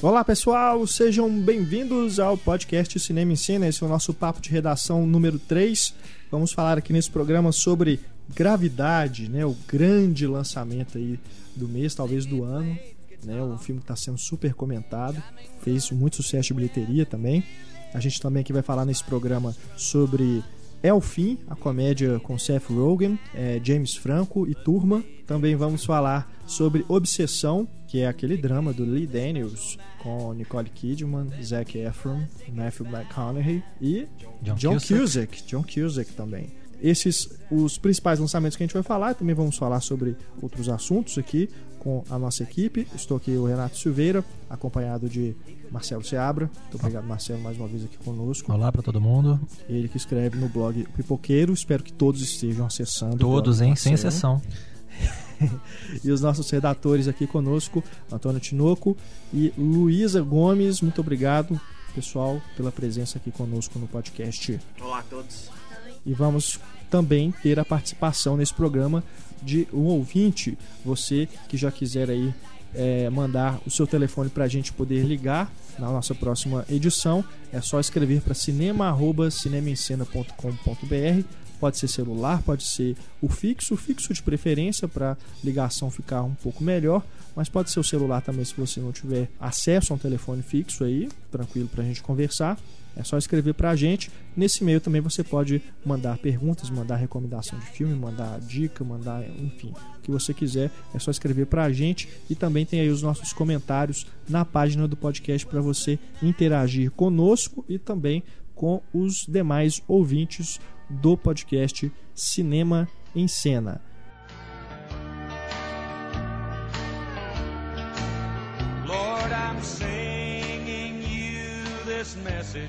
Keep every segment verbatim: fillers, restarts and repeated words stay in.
Olá pessoal, sejam bem-vindos ao podcast Cinema em Cena. Esse é o nosso papo de redação número três. Vamos falar aqui nesse programa sobre Gravidade, né? O grande lançamento aí do mês, talvez do ano, né? Um filme que está sendo super comentado, fez muito sucesso de bilheteria também. A gente também aqui vai falar nesse programa sobre É o Fim, a comédia com Seth Rogen, é, James Franco e turma. Também vamos falar sobre Obsessão, que é aquele drama do Lee Daniels com Nicole Kidman, Zac Efron, Matthew McConaughey e John, John Cusack. Cusack. John Cusack também. Esses os principais lançamentos que a gente vai falar. Também vamos falar sobre outros assuntos aqui com a nossa equipe. Estou aqui o Renato Silveira, acompanhado de Marcelo Seabra. Muito obrigado, Marcelo, mais uma vez aqui conosco. Olá para todo mundo. Ele que escreve no blog Pipoqueiro. Espero que todos estejam acessando. Todos, hein? Sem exceção. E os nossos redatores aqui conosco, Antônio Tinoco e Luísa Gomes. Muito obrigado, pessoal, pela presença aqui conosco no podcast. Olá a todos. E vamos também ter a participação nesse programa de um ouvinte. Você que já quiser aí é, mandar o seu telefone para a gente poder ligar na nossa próxima edição, é só escrever para cinema arroba cinemaencena ponto com ponto br. Pode ser celular, pode ser o fixo, o fixo de preferência para ligação ficar um pouco melhor, mas pode ser o celular também se você não tiver acesso a um telefone fixo aí, tranquilo para a gente conversar. É só escrever pra gente. Nesse e-mail também você pode mandar perguntas, mandar recomendação de filme, mandar dica, mandar, enfim, o que você quiser. É só escrever pra gente. E também tem aí os nossos comentários na página do podcast para você interagir conosco e também com os demais ouvintes do podcast Cinema em Cena. Lord, I'm singing you this message.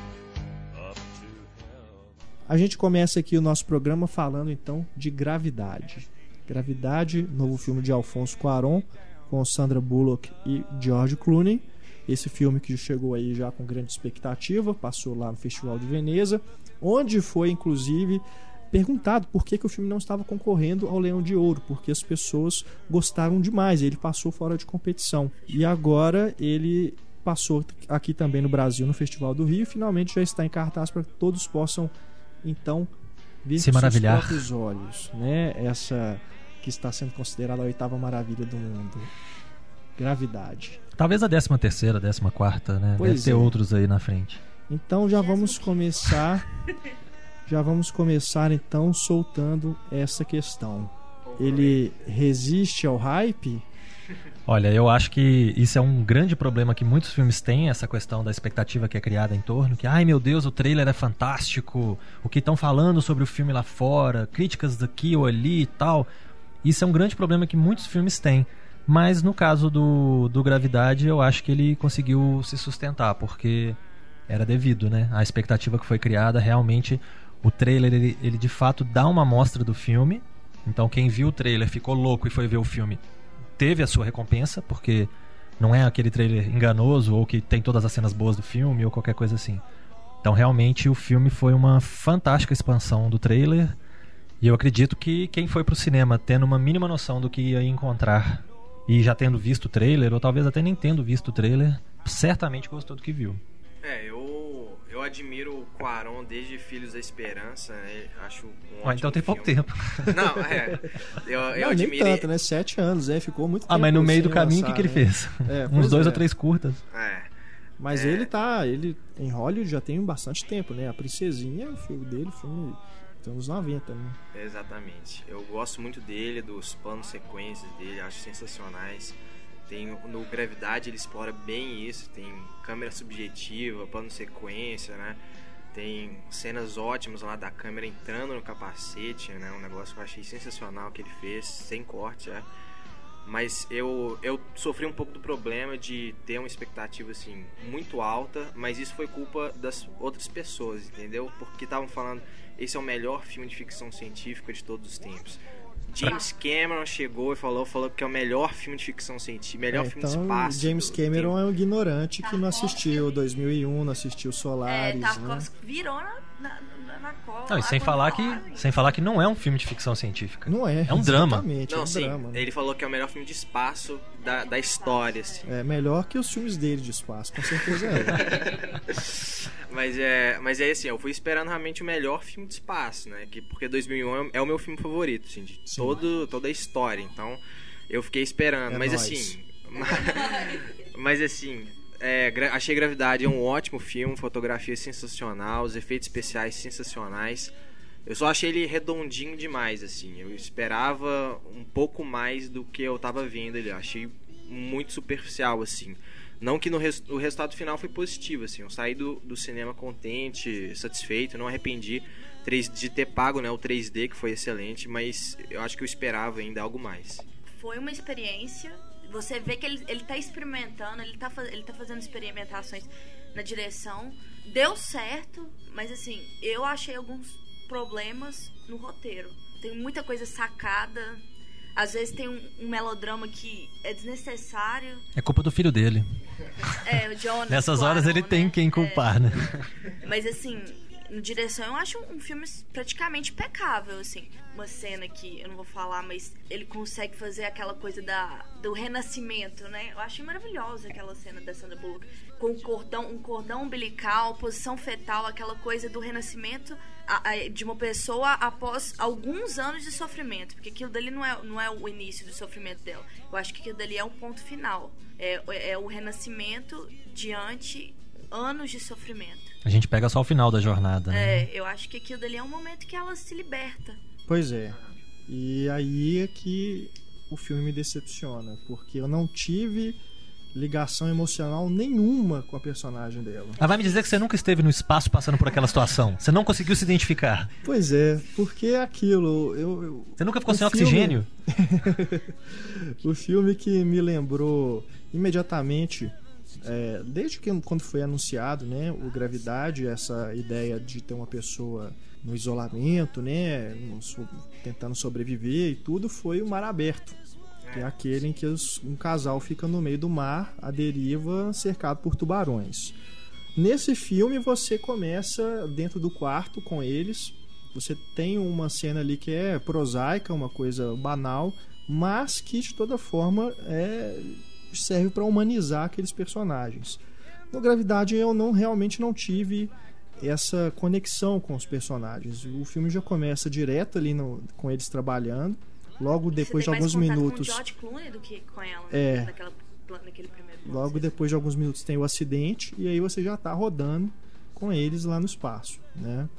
A gente começa aqui o nosso programa falando então de Gravidade. Gravidade, novo filme de Alfonso Cuarón com Sandra Bullock e George Clooney. Esse filme que chegou aí já com grande expectativa, passou lá no Festival de Veneza, onde foi inclusive perguntado por que, que o filme não estava concorrendo ao Leão de Ouro, porque as pessoas gostaram demais, ele passou fora de competição. E agora ele passou aqui também no Brasil, no Festival do Rio, e finalmente já está em cartaz para que todos possam então ver se com maravilhar. seus próprios olhos, né? Essa que está sendo considerada a oitava maravilha do mundo. Gravidade. Talvez a décima terceira, décima quarta, né? Pois Deve ter é. outros aí na frente. Então já vamos começar já vamos começar então soltando essa questão. Ele resiste ao hype? Olha, eu acho que isso é um grande problema que muitos filmes têm, essa questão da expectativa que é criada em torno, que, ai meu Deus, o trailer é fantástico, o que estão falando sobre o filme lá fora, críticas daqui ou ali e tal. Isso é um grande problema que muitos filmes têm. Mas no caso do, do Gravidade, eu acho que ele conseguiu se sustentar, porque era devido, né? A expectativa que foi criada, realmente, o trailer, ele, ele de fato dá uma amostra do filme. Então quem viu o trailer ficou louco e foi ver o filme, teve a sua recompensa, porque não é aquele trailer enganoso ou que tem todas as cenas boas do filme ou qualquer coisa assim. Então realmente o filme foi uma fantástica expansão do trailer, e eu acredito que quem foi pro cinema tendo uma mínima noção do que ia encontrar e já tendo visto o trailer, ou talvez até nem tendo visto o trailer, certamente gostou do que viu. É, eu, eu admiro o Cuarón desde Filhos da Esperança, né? Acho um ótimo Ah, então tem pouco filme. tempo. Não, é. Eu, eu Não, nem admirei. tanto, né? Sete anos, é, ficou muito tempo. Ah, mas no meio sem do caminho, o lançar, que, que ele né? fez? É, Uns pois dois é. ou três curtas. É. Mas É. ele tá, ele em Hollywood já tem bastante tempo, né? A Princesinha, o filme dele, filme dos anos noventa, né? Exatamente. Eu gosto muito dele, dos planos sequências dele, acho sensacionais. Tem, no Gravidade ele explora bem isso, tem câmera subjetiva, plano sequência, né? Tem cenas ótimas lá da câmera entrando no capacete, né? Um negócio que eu achei sensacional que ele fez, sem corte, é. Mas eu, eu sofri um pouco do problema de ter uma expectativa assim muito alta, mas isso foi culpa das outras pessoas, entendeu? Porque estavam falando, esse é o melhor filme de ficção científica de todos os tempos. James Cameron chegou e falou, falou que é o melhor filme de ficção científica, melhor É, filme então, de espaço. James Cameron tem... é um ignorante que não Tarkovsky assistiu dois mil e um, não assistiu Solaris, É, né? Tarkovsky virou na, na, na, na cola. Não, e sem quando falar, que, falaram. sem falar que não é um filme de ficção científica. Não é. É um drama. Exatamente, é Não, um sim, drama. né? ele falou que é o melhor filme de espaço da, da história, assim. É melhor que os filmes dele de espaço, com certeza é. Mas é, mas é assim, eu fui esperando realmente o melhor filme de espaço, né? Que, porque dois mil e um é o meu filme favorito, assim, de todo, toda a história. Então, eu fiquei esperando. É mas nóis. assim... mas assim... É, gra- achei Gravidade é um ótimo filme, fotografia sensacional, os efeitos especiais sensacionais. Eu só achei ele redondinho demais, assim. Eu esperava um pouco mais do que eu tava vendo ali. Eu achei muito superficial, assim. Não que no res- o resultado final foi positivo, assim. Eu saí do, do cinema contente, satisfeito, não arrependi de ter pago, né, o três D, que foi excelente, mas eu acho que eu esperava ainda algo mais. Foi uma experiência. Você vê que ele, ele tá experimentando, ele tá, faz, ele tá fazendo experimentações na direção. Deu certo, mas assim, eu achei alguns problemas no roteiro. Tem muita coisa sacada. Às vezes tem um, um melodrama que é desnecessário. É culpa do filho dele. É, o Jonas Nessas Cuarón, horas ele né? tem quem culpar, É. né? Mas assim, na direção eu acho um filme praticamente impecável, assim. Uma cena que eu não vou falar, mas ele consegue fazer aquela coisa da, do renascimento, né? Eu achei maravilhosa aquela cena da Sandra Bullock. Com um cordão, um cordão umbilical, posição fetal, aquela coisa do renascimento a, a, de uma pessoa após alguns anos de sofrimento. Porque aquilo dali não é, não é o início do sofrimento dela. Eu acho que aquilo dali é o ponto final. É, é o renascimento diante anos de sofrimento. A gente pega só o final da jornada, né? É, eu acho que aquilo dali é um momento que ela se liberta. Pois é. E aí é que o filme me decepciona, porque eu não tive ligação emocional nenhuma com a personagem dela. Ah, vai me dizer que você nunca esteve no espaço passando por aquela situação? Você não conseguiu se identificar? Pois é, porque é aquilo. Eu, eu, Você nunca ficou o sem filme- oxigênio? O filme que me lembrou imediatamente, é, desde que quando foi anunciado, né, o Gravidade, essa ideia de ter uma pessoa no isolamento, né, no so- tentando sobreviver e tudo, foi o Mar Aberto, que é aquele em que os- um casal fica no meio do mar, à deriva, cercado por tubarões. Nesse filme você começa dentro do quarto com eles. Você tem uma cena ali que é prosaica, uma coisa banal, mas que de toda forma é, serve para humanizar aqueles personagens. No Gravidade eu não realmente não tive essa conexão com os personagens. O filme já começa direto ali no, com eles trabalhando. Logo depois de Você tem alguns mais contato minutos, com o George Clooney do que com ela, É. né? Naquela, naquele primeiro plano. logo depois de alguns minutos tem o acidente e aí você já está rodando com eles lá no espaço, né?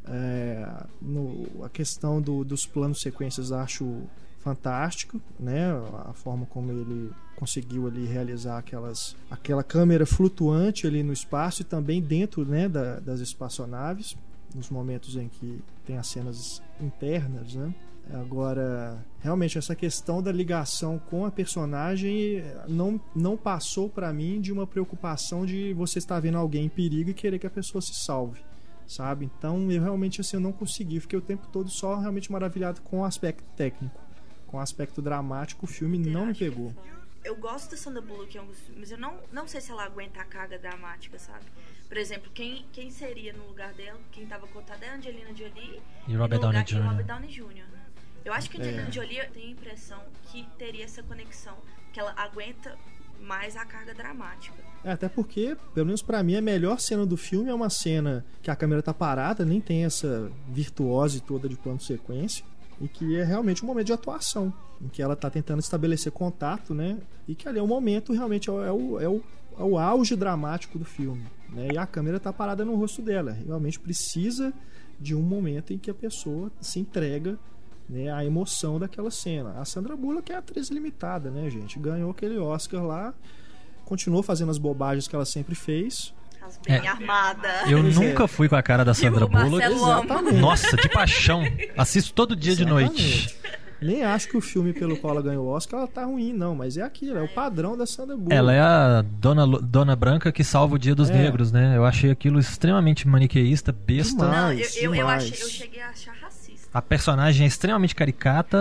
É, no, a questão do, dos planos sequências acho fantástico, né? A forma como ele conseguiu ali realizar aquelas, aquela câmera flutuante ali no espaço e também dentro, né, da, das espaçonaves, nos momentos em que tem as cenas internas, né? Agora, realmente essa questão da ligação com a personagem não, não passou para mim de uma preocupação de você estar vendo alguém em perigo e querer que a pessoa se salve, sabe? Então eu realmente assim eu não consegui, fiquei o tempo todo só realmente maravilhado com o aspecto técnico, com o aspecto dramático. O filme não me pegou. Eu gosto da Sandra Bullock, mas eu não, não sei se ela aguenta a carga dramática, sabe? Por exemplo, quem, quem seria no lugar dela, quem estava cotada é a Angelina Jolie E Robert no lugar Downey de Júnior Robert Downey Júnior né? Eu acho que a Angelina É. Jolie, eu tenho a impressão que teria essa conexão, que ela aguenta mais a carga dramática. É, até porque, pelo menos pra mim, a melhor cena do filme é uma cena que a câmera tá parada, nem tem essa virtuose toda de plano sequência, e que é realmente um momento de atuação, em que ela tá tentando estabelecer contato, né? E que ali é o momento, realmente, é o, é o, é o, é o auge dramático do filme, né? E a câmera tá parada no rosto dela. Realmente precisa de um momento em que a pessoa se entrega, né, a emoção daquela cena. A Sandra Bullock é atriz limitada, né, gente? Ganhou aquele Oscar lá, continuou fazendo as bobagens que ela sempre fez. As bem É. armadas. Eu Pois é. nunca fui com a cara da Sandra o Marcelo Bullock. ama. Exatamente. Nossa, de paixão. Assisto todo dia de noite. Exatamente. Nem acho que o filme pelo qual ela ganhou o Oscar ela tá ruim, não, mas é aquilo, é o padrão da Sandra Bullock. Ela é a dona, Lu- dona Branca que salva o Dia dos É. Negros, né? Eu achei aquilo extremamente maniqueísta, besta. Demais. Não, eu, eu, eu, demais. achei, eu cheguei a achar racista. A personagem é extremamente caricata.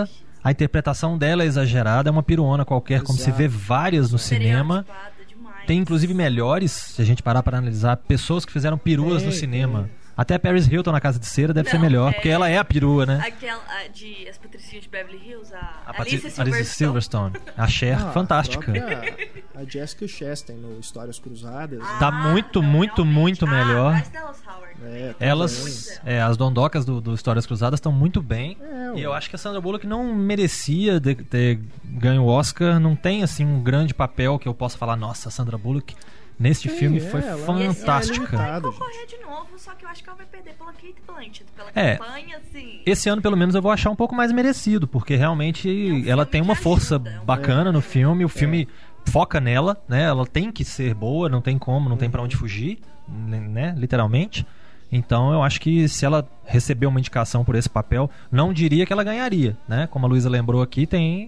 A interpretação dela é exagerada, é uma piruona qualquer, como se Exato. vê várias no cinema. Estereotipada demais. Tem inclusive melhores, se a gente parar para analisar, pessoas que fizeram peruas Tem, no cinema. tem. Até a Paris Hilton na Casa de Cera deve Não, ser melhor, é- porque ela é a perua, né? Aquela a de As Patricinhas de Beverly Hills, a, A Alicia Patri- Silverstone. Alicia Silverstone. A Cher, Ah, fantástica. A, própria- a Jessica Chastain no Histórias Cruzadas. Ah, Tá muito, não, muito, realmente. muito melhor. Ah, Bryce Dallas Howard. É, Elas, também. é, as dondocas do, do Histórias Cruzadas estão muito bem. É, E ué. eu acho que a Sandra Bullock não merecia de- ter ganho o Oscar. Não tem, assim, um grande papel que eu possa falar, nossa, a Sandra Bullock neste Sim, filme é, foi ela- fantástica. ela é Vai limitada, concorrer de novo, só que eu acho que ela vai perder pela Kate Blanchett, pela É. campanha, assim. Esse ano, pelo menos, eu vou achar um pouco mais merecido, porque realmente um ela filme tem uma que força ajuda, é um bacana no filme. O filme É. foca nela, né? Ela tem que ser boa, não tem como, não tem pra onde fugir, né? Literalmente. Então eu acho que se ela receber uma indicação por esse papel, não diria que ela ganharia, né? Como a Luísa lembrou aqui, tem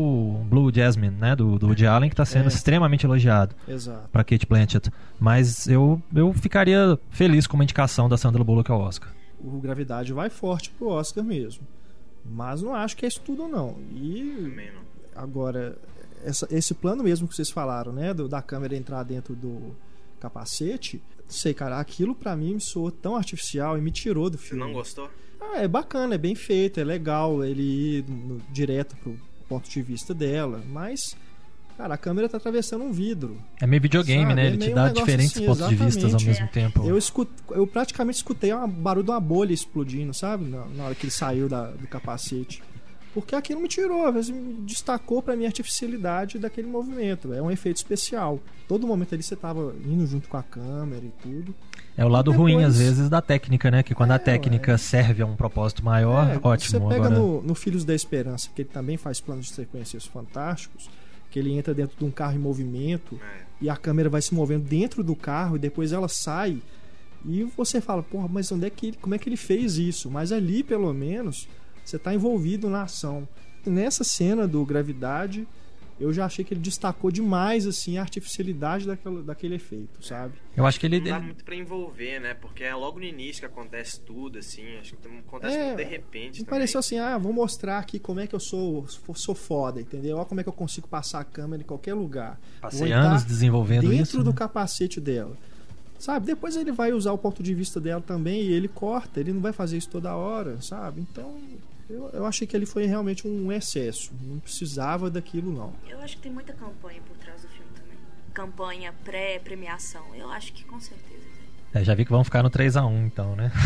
o Blue Jasmine, né? Do, do Woody Allen, que está sendo É. extremamente elogiado Exato. para Kate Blanchett. Mas eu, eu ficaria feliz com uma indicação da Sandra Bullock ao Oscar. O Gravidade vai forte pro Oscar mesmo. Mas não acho que é isso tudo, não. E Também não. agora, essa- esse plano mesmo que vocês falaram, né? do- da câmera entrar dentro do capacete. Sei, cara, aquilo pra mim me soou tão artificial e me tirou do Você filme. não gostou? Ah, é bacana, é bem feito, é legal ele ir no- direto pro ponto de vista dela, mas, cara, a câmera tá atravessando um vidro. É meio videogame, Sabe, né? é Ele te meio um dá negócio diferentes assim, pontos de vista ao exatamente. mesmo tempo. Eu, escut... eu praticamente escutei o barulho de uma bolha explodindo, sabe? Na, na hora que ele saiu da- do capacete. Porque aquilo me tirou, às vezes me destacou pra mim a artificialidade daquele movimento. É um efeito especial. Todo momento ali você tava indo junto com a câmera e tudo. É o lado Depois- ruim, às vezes, da técnica, né? Que quando a É, técnica ué. serve a um propósito maior, É, ótimo. Você pega Agora, no, no Filhos da Esperança, que ele também faz planos de sequências fantásticos, que ele entra dentro de um carro em movimento É. e a câmera vai se movendo dentro do carro e depois ela sai e você fala, porra, mas onde é que ele, como é que ele fez isso? Mas ali, pelo menos, você está envolvido na ação. Nessa cena do Gravidade, eu já achei que ele destacou demais assim a artificialidade daquele, daquele efeito, sabe? eu acho que ele... Não dá ele- muito pra envolver, né? Porque é logo no início que acontece tudo, assim. Acho que acontece É, tudo de repente. Me também. pareceu assim, ah, vou mostrar aqui como é que eu sou, sou foda, entendeu? Olha como é que eu consigo passar a câmera em qualquer lugar. Passei Vou entrar anos desenvolvendo dentro isso. do né? capacete dela. Sabe? Depois ele vai usar o ponto de vista dela também e ele corta, ele não vai fazer isso toda hora, sabe? Então, eu, eu achei que ali foi realmente um excesso. Não precisava daquilo, não. Eu acho que tem muita campanha por trás do filme também. Campanha pré-premiação. Eu acho que com certeza. É, já vi que vão ficar no três a um, então, né?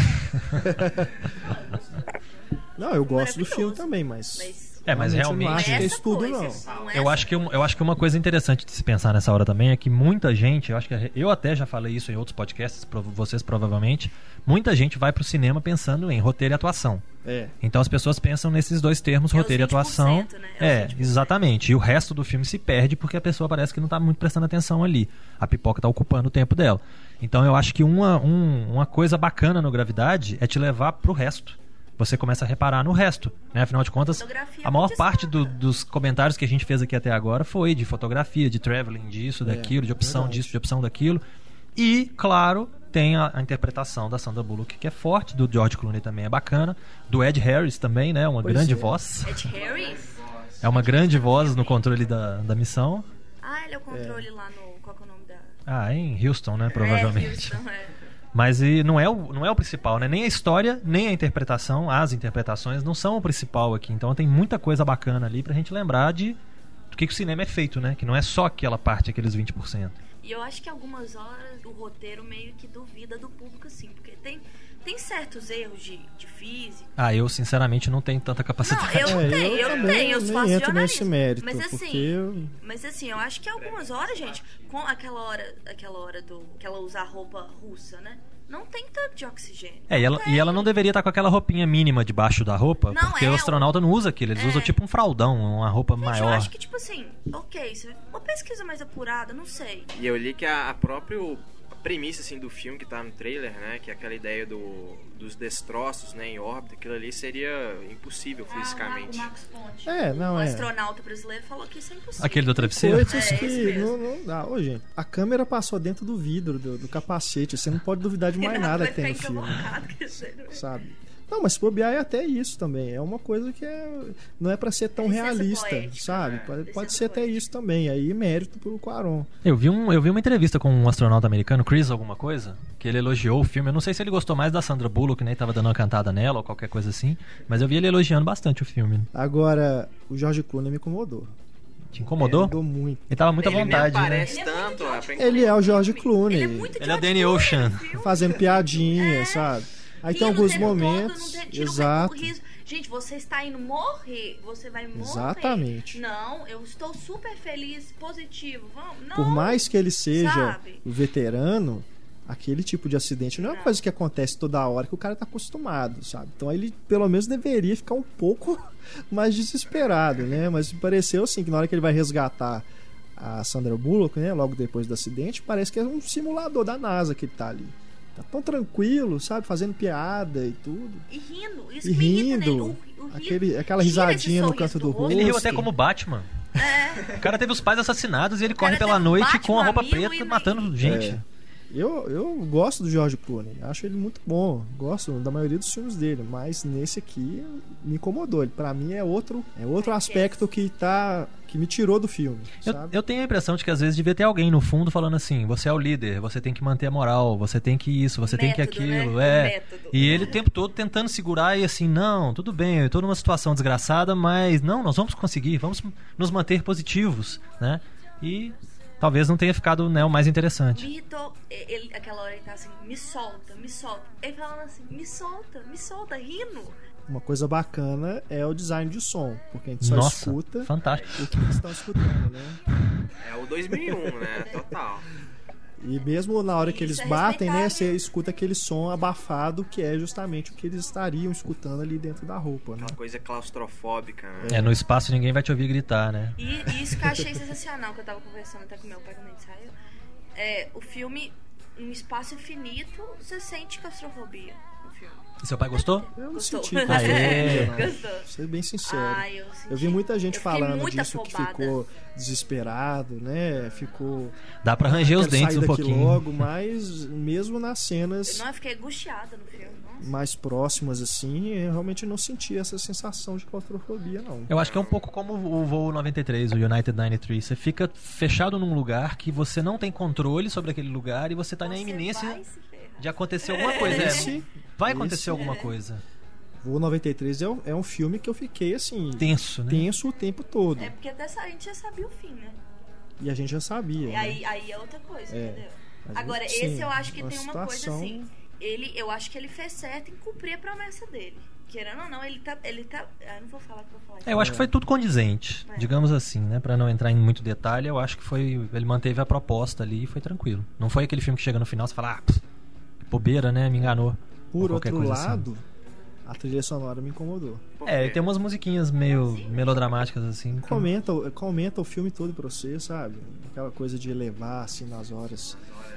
Não, eu gosto do Maravilhoso. filme também, mas. Mas É, mas eu não realmente- acho que é essa isso tudo, coisa, não. não é Eu essa acho, que, um- eu acho que uma coisa interessante de se pensar nessa hora também é que muita gente, eu acho que eu até já falei isso em outros podcasts, prov- vocês provavelmente, muita gente vai pro cinema pensando em roteiro e atuação. É. Então as pessoas pensam nesses dois termos, É os roteiro e vinte por atuação. cento, né? É os É, vinte por cento. exatamente. E o resto do filme se perde porque a pessoa parece que não tá muito prestando atenção ali. A pipoca tá ocupando o tempo dela. Então eu acho que uma, um- uma coisa bacana no Gravidade é te levar pro resto. Você começa a reparar no resto, né? Afinal de contas, Fotografia a maior muito parte do- destaca. dos comentários que a gente fez aqui até agora foi de fotografia, de traveling, disso, É, daquilo, de opção verdade. disso, de opção daquilo. E, claro, tem a, a interpretação da Sandra Bullock, que é forte, do George Clooney também é bacana, do Ed Harris também, né? Uma Pois grande é. voz. Ed Harris? É uma grande voz no controle da, da missão. Ah, ele é o controle lá no... Qual que é o nome da... Ah, em Houston, né? Provavelmente. É, Houston, é. Mas e não, é o, não é o principal, né? Nem a história, nem a interpretação, as interpretações não são o principal aqui. Então tem muita coisa bacana ali pra gente lembrar de do que, que o cinema é feito, né? Que não é só aquela parte, aqueles vinte por cento. E eu acho que algumas horas o roteiro meio que duvida do público, assim. Porque tem, tem certos erros de, de física. Ah, eu sinceramente não tenho tanta Não, capacidade. eu não É, tenho, eu, também tenho, eu nem faço entro nesse jornalismo. mérito, Mas assim, porque eu- mas assim, eu acho que algumas horas, gente, com aquela hora, aquela hora do que ela usa a roupa russa, né? Não tem tanto de oxigênio. É, e ela, tem. e ela não deveria estar com aquela roupinha mínima debaixo da roupa, Não, porque é, o astronauta não usa aquilo, eles é. usam tipo um fraldão, uma roupa Gente, maior. eu acho que, tipo assim, ok, se- uma pesquisa mais apurada, não sei. E eu li que a, a própria premissa assim, do filme que tá no trailer, né? Que é aquela ideia do, dos destroços, né, em órbita, aquilo ali seria impossível fisicamente. Ah, o Marcos Ponte, É, não, o é. astronauta brasileiro, falou que isso é impossível. Aquele do travesseiro? Coisas É, que esse mesmo. não, não dá. Ô, gente, a câmera passou dentro do vidro, do, do capacete. Você não pode duvidar de mais nada que tem no filme, Vai ficar encabocado, quer dizer. sabe? Não, mas se bobear é até isso também. É uma coisa que é, não é pra ser tão Licença realista, poética, sabe? né? Pode, Licença pode ser até poética. isso também. Aí mérito pro Cuarón. Eu vi, um, eu vi uma entrevista com um astronauta americano, Chris alguma coisa, que ele elogiou o filme. Eu não sei se ele gostou mais da Sandra Bullock, né? Tava dando uma cantada nela ou qualquer coisa assim. Mas eu vi ele elogiando bastante o filme. Agora, o George Clooney me incomodou. Te incomodou? Me incomodou muito. Ele tava muito à Ele nem vontade, né? aparece Ele é muito tanto. George é pra- Clooney. Ele é o George Clooney. Ele é muito Ele é o George Danny Clooney Ocean. no filme. Fazendo piadinha, É. sabe? Aí Rindo tem alguns o tempo todo, momentos. não tem- tira o Exato. riso. Gente, você está indo morrer. Você vai morrer. Exatamente. Não, eu estou super feliz, positivo. Vamos. Não. Por mais que ele seja Sabe? o veterano, aquele tipo de acidente não é uma Não. coisa que acontece toda hora que o cara tá acostumado, sabe? Então ele pelo menos deveria ficar um pouco mais desesperado, né? Mas me pareceu assim que na hora que ele vai resgatar a Sandra Bullock, né, logo depois do acidente, parece que é um simulador da NASA que ele tá ali. Tá tão tranquilo, sabe? Fazendo piada e tudo. E rindo. Isso E que me irrita rindo. nele. O, o ri- Aquele, aquela tira esse risadinha no sorriso canto do rosto. Ele riu até como Batman. É. O cara teve os pais assassinados e ele corre cara pela teve um noite Batman com a roupa amigo preta e- matando gente. É. Eu, eu gosto do George Clooney, acho ele muito bom, gosto da maioria dos filmes dele, mas nesse aqui me incomodou. Ele, pra mim é outro, é outro aspecto que tá que me tirou do filme, Eu, sabe? eu tenho a impressão de que às vezes devia ter alguém no fundo falando assim: você é o líder, você tem que manter a moral, você tem que isso, você tem que Método, aquilo. né? É. Método. E ele o tempo todo tentando segurar e assim: não, tudo bem, eu tô numa situação desgraçada, mas não, nós vamos conseguir, vamos nos manter positivos, né? E talvez não tenha ficado, né, o mais interessante. Me irritou, ele, aquela hora ele tá assim, me solta, me solta. Ele falando assim, me solta, me solta, rindo. Uma coisa bacana é o design de som, porque a gente só Nossa, escuta fantástico. o que eles estão escutando, né? É o dois mil e um, né? Total. E mesmo na hora que eles Isso é batem, né, respeitável. você escuta aquele som abafado que é justamente o que eles estariam escutando ali dentro da roupa, né? Uma coisa claustrofóbica, né? É, no espaço ninguém vai te ouvir gritar, né? E, e isso que eu achei sensacional, que eu tava conversando até com meu pai quando a gente saiu. É, o filme, em espaço infinito, você sente claustrofobia no filme. E seu pai gostou? Eu não Gostou. senti Aê. claustrofobia, não. Gostou. Vou ser bem sincero. Ai, eu, senti. Eu vi muita gente Eu fiquei falando muito disso, que afobada. ficou desesperado, né? Ficou. Dá pra ranger os "Quero sair dentes um daqui pouquinho. logo, mas mesmo nas cenas Não, eu fiquei angustiada no filme. Nossa. mais próximas, assim, eu realmente não senti essa sensação de claustrofobia, não. Eu acho que é um pouco como o voo noventa e três, o United noventa e três. Você fica fechado num lugar que você não tem controle sobre aquele lugar e você tá na Você iminência vai se ferrar. de acontecer alguma coisa. É, Esse- vai acontecer esse- alguma coisa. Voo noventa e três é um, é um filme que eu fiquei, assim, Tenso, né? tenso o tempo todo. É porque dessa, a gente já sabia o fim, né? E a gente já sabia. E né? aí, aí é outra coisa, É. entendeu? Mas, Agora, sim, esse eu acho que uma tem uma coisa situação- assim. Ele, eu acho que ele fez certo em cumprir a promessa dele. Querendo ou não, ele tá. Ele tá ah, eu não vou falar o que eu vou falar. É, eu acho que foi tudo condizente, É. digamos assim, né? Pra não entrar em muito detalhe, eu acho que foi. Ele manteve a proposta ali e foi tranquilo. Não foi aquele filme que chega no final e você fala, ah, pff, que bobeira, né? Me enganou. Por Ou qualquer outro coisa assim. lado, a trilha sonora me incomodou. Por É, quê? tem umas musiquinhas meio melodramáticas assim. que- Comenta, comenta o filme todo pra você, sabe? Aquela coisa de elevar, assim, nas horas.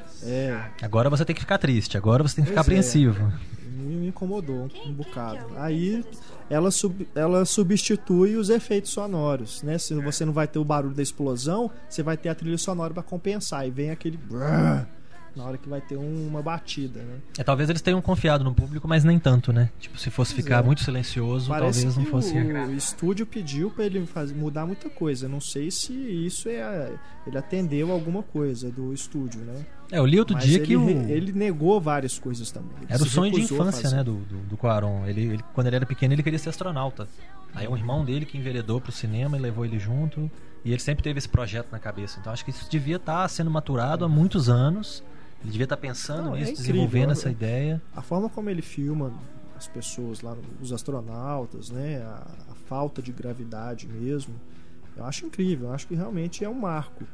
É, Agora você tem que ficar triste, agora você tem que ficar Pois é. apreensivo. me, me incomodou um, Quem- um quem bocado. que é o- Aí quem que é esse ela, sub, ela substitui os efeitos sonoros, né? Se você não vai ter o barulho da explosão, você vai ter a trilha sonora pra compensar. E vem aquele brrr na hora que vai ter um- uma batida, né? É, talvez eles tenham confiado no público, mas nem tanto, né? Tipo, se fosse Pois ficar é. muito silencioso, Parece talvez não que fosse. o, o estúdio pediu pra ele fazer, mudar muita coisa. Não sei se isso é ele atendeu alguma coisa do estúdio, né? É, eu li outro Mas dia ele, que o. ele negou várias coisas também. Ele Era o se sonho de recusou a infância, fazer. né, do, do, do Cuarón. Ele, ele, quando ele era pequeno, ele queria ser astronauta. Aí um irmão dele que enveredou pro cinema e levou ele junto. E ele sempre teve esse projeto na cabeça. Então acho que isso devia estar sendo maturado há muitos anos. Ele devia estar pensando Não, é nisso, incrível. desenvolvendo essa ideia. A forma como ele filma as pessoas lá, os astronautas, né? A, a falta de gravidade mesmo. Eu acho incrível. Eu acho que realmente é um marco.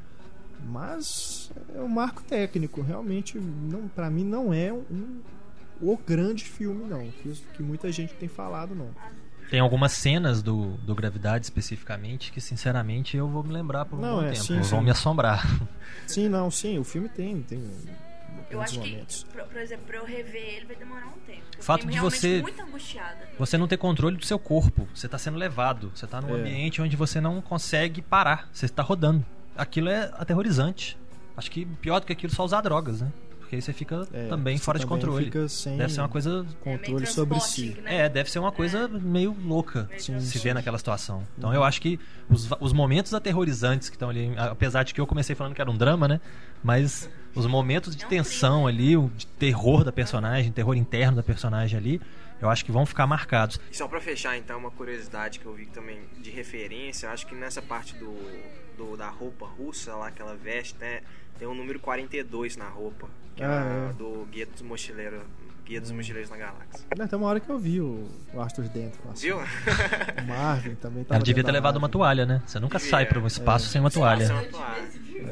Mas é um marco técnico. Realmente, não, para mim, não é um, o grande filme, não. Que, que muita gente tem falado, não. Tem algumas cenas do, do Gravidade especificamente que, sinceramente, eu vou me lembrar por um Não, bom é, tempo. sim, Vão sim. me assombrar. Sim, não, sim. O filme tem, tem Eu grandes acho que, momentos. por, por exemplo, pra eu rever ele vai demorar um tempo. Eu O fato fiquei de realmente você- muito angustiada. Você não ter controle do seu corpo. Você está sendo levado. Você está num É. ambiente onde você não consegue parar. Você está rodando. Aquilo é aterrorizante. Acho que pior do que aquilo é só usar drogas, né? porque aí você fica É, também você fora de também controle. fica sem Deve ser uma coisa... controle É meio sobre si. transporting, né? É, deve ser uma coisa meio louca Meio se transporting. ver naquela situação. Então eu acho que os, va- os momentos aterrorizantes que estão ali, apesar de que eu comecei falando que era um drama, né? Mas os momentos de É um tensão ali, o de terror da personagem, terror interno da personagem ali, eu acho que vão ficar marcados. E só pra fechar, então, uma curiosidade que eu vi também de referência, eu acho que nessa parte do, do da roupa russa lá que ela veste, né, tem o número quarenta e dois na roupa, que Ah, é, é. do Guia dos Mochileiros, Guia dos Mochileiros na Galáxia. Não, tem uma hora que eu vi o, o Arthur dentro. Assim. Viu? O Marvin também tava Ela devia dentro ter da levado nave. uma toalha, né? Você nunca Devia. sai para um espaço sem uma toalha. Passa uma toalha.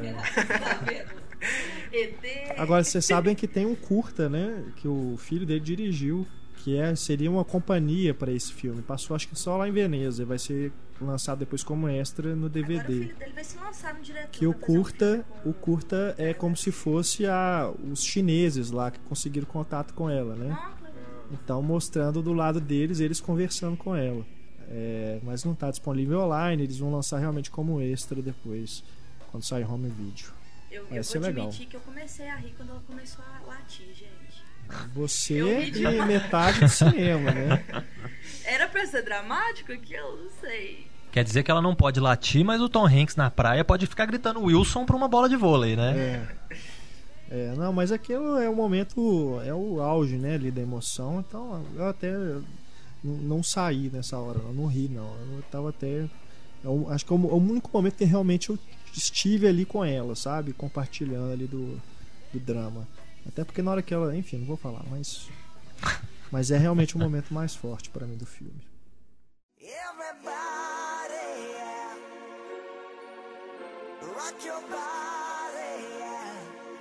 E T. Agora, vocês sabem que tem um curta, né? Que o filho dele dirigiu, que é, seria uma companhia para esse filme. Passou acho que só lá em Veneza. Vai ser lançado depois como extra no D V Agora o D. filho dele vai se lançar no diretor. Que o vai fazer um curta, filme com- o curta é como se fosse a, os chineses lá que conseguiram contato com ela, né? Ah, que legal. Então mostrando do lado deles, eles conversando com ela. É, mas não está disponível online, eles vão lançar realmente como extra depois, quando sair home video. Eu, Vai eu ser vou legal. admitir que eu comecei a rir quando ela começou a latir, gente. Você Eu ri e demais. metade do cinema, né? Era pra ser dramático aqui? Eu não sei. Quer dizer que ela não pode latir, mas o Tom Hanks na praia pode ficar gritando Wilson pra uma bola de vôlei, né? É. É, não, mas aquilo é o momento, é o auge, né, ali da emoção. Então eu até n- não saí nessa hora, eu não ri, não. Eu tava até. Eu acho que é o, é o único momento que realmente eu estive ali com ela, sabe? Compartilhando ali do, do drama. Até porque na hora que ela. Enfim, não vou falar, mas. Mas é realmente o momento mais forte para mim do filme. Everybody, yeah. Rock your body, yeah.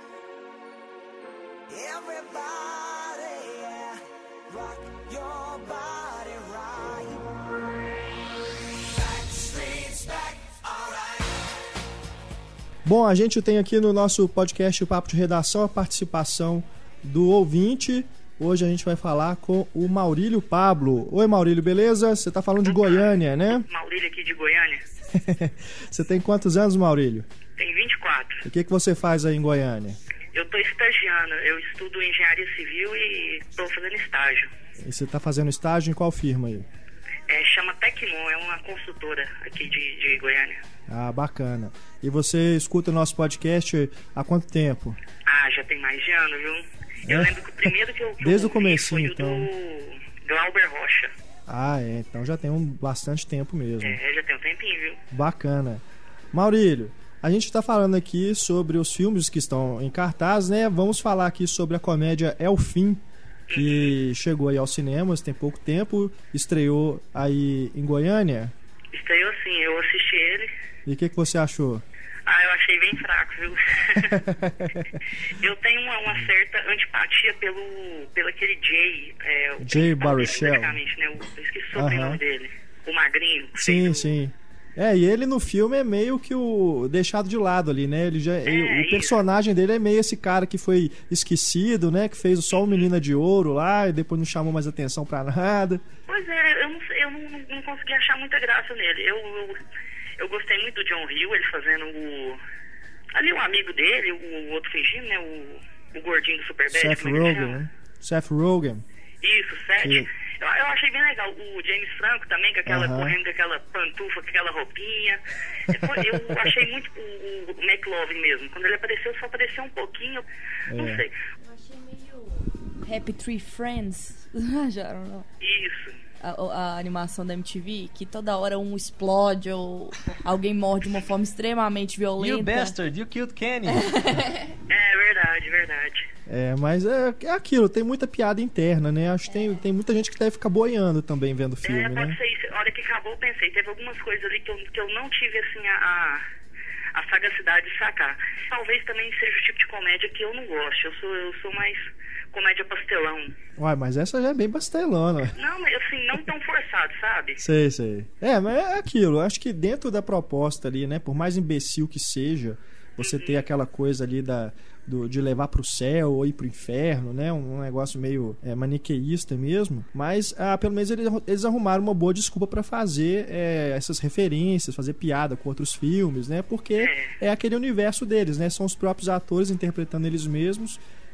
Everybody, yeah. Rock your body right. Backstreet's back, alright. Bom, a gente tem aqui no nosso podcast o Papo de Redação a participação do ouvinte. Hoje a gente vai falar com o Maurílio Pablo. Oi, Maurílio, beleza? Você tá falando de Goiânia, né? Maurílio aqui de Goiânia. Você tem quantos anos, Maurílio? Tem vinte e quatro. O que, que você faz aí em Goiânia? Eu tô estagiando. Eu estudo engenharia civil e tô fazendo estágio. E você tá fazendo estágio em qual firma aí? É, chama Tecmon, é uma consultora aqui de, de Goiânia. Ah, bacana. E você escuta o nosso podcast há quanto tempo? Ah, já tem mais de ano, viu? Eu É? lembro que o primeiro que eu, que Desde eu o comecinho, ouvi foi então. o do Glauber Rocha. Ah, é. Então já tem um bastante tempo mesmo. É, já tem um tempinho, viu? Bacana. Maurílio, a gente está falando aqui sobre os filmes que estão em cartaz, né? Vamos falar aqui sobre a comédia É o Fim, que chegou aí aos cinemas tem pouco tempo, estreou aí em Goiânia. Estreou sim, eu assisti ele. E o que, que você achou? Ah, eu achei bem fraco, viu? Eu tenho uma, uma certa antipatia pelo, pelo aquele Jay. É, o Jay principal dele, Baruchel. praticamente, né? O, eu esqueci o sobrenome Aham. dele. O magrinho. Sim, feio. sim. É, e ele no filme é meio que o deixado de lado ali, né? Ele já, ele- o isso. personagem dele é meio esse cara que foi esquecido, né? Que fez só o Menina de Ouro lá e depois não chamou mais atenção pra nada. Pois é, eu não, sei- eu não, não consegui achar muita graça nele. Eu, eu, eu gostei muito do John Hill, ele fazendo o... Ali o amigo dele, o, o outro fingindo, né? O, o gordinho do Superbad. Seth como é que ele Rogen, chama? né? Seth Rogen. Isso, Seth. Que- Eu, eu achei bem legal. O James Franco também, com aquela Aham. correndo com aquela pantufa, com aquela roupinha. É, foi- Eu achei muito o, o McLovin mesmo. Quando ele apareceu, só apareceu um pouquinho. Não É. sei. Eu achei meio Happy Tree Friends. Já não. Isso. A, a animação da M T V, que toda hora um explode ou alguém morre de uma forma extremamente violenta. You bastard, you killed Kenny. É verdade, verdade. É, mas é, é aquilo, tem muita piada interna, né? Acho que tem, tem muita gente que deve ficar boiando também vendo o filme, é, pode né? ser isso. A hora que acabou, eu pensei. Teve algumas coisas ali que eu, que eu não tive, assim, a, a, a sagacidade de sacar. Talvez também seja o tipo de comédia que eu não gosto. Eu sou, eu sou mais comédia pastelão. Uai, mas essa já é bem pastelona. ué. Não, mas assim, não tão forçado, sabe? Sei, sei. É, mas é aquilo. Acho que dentro da proposta ali, né? Por mais imbecil que seja, você ter aquela coisa ali da, do, de levar pro céu ou ir pro inferno, né? Um negócio meio é, maniqueísta mesmo. Mas, ah, pelo menos eles, eles arrumaram uma boa desculpa pra fazer é, essas referências, fazer piada com outros filmes, né? Porque é aquele universo deles, né? São os próprios atores interpretando eles mesmos.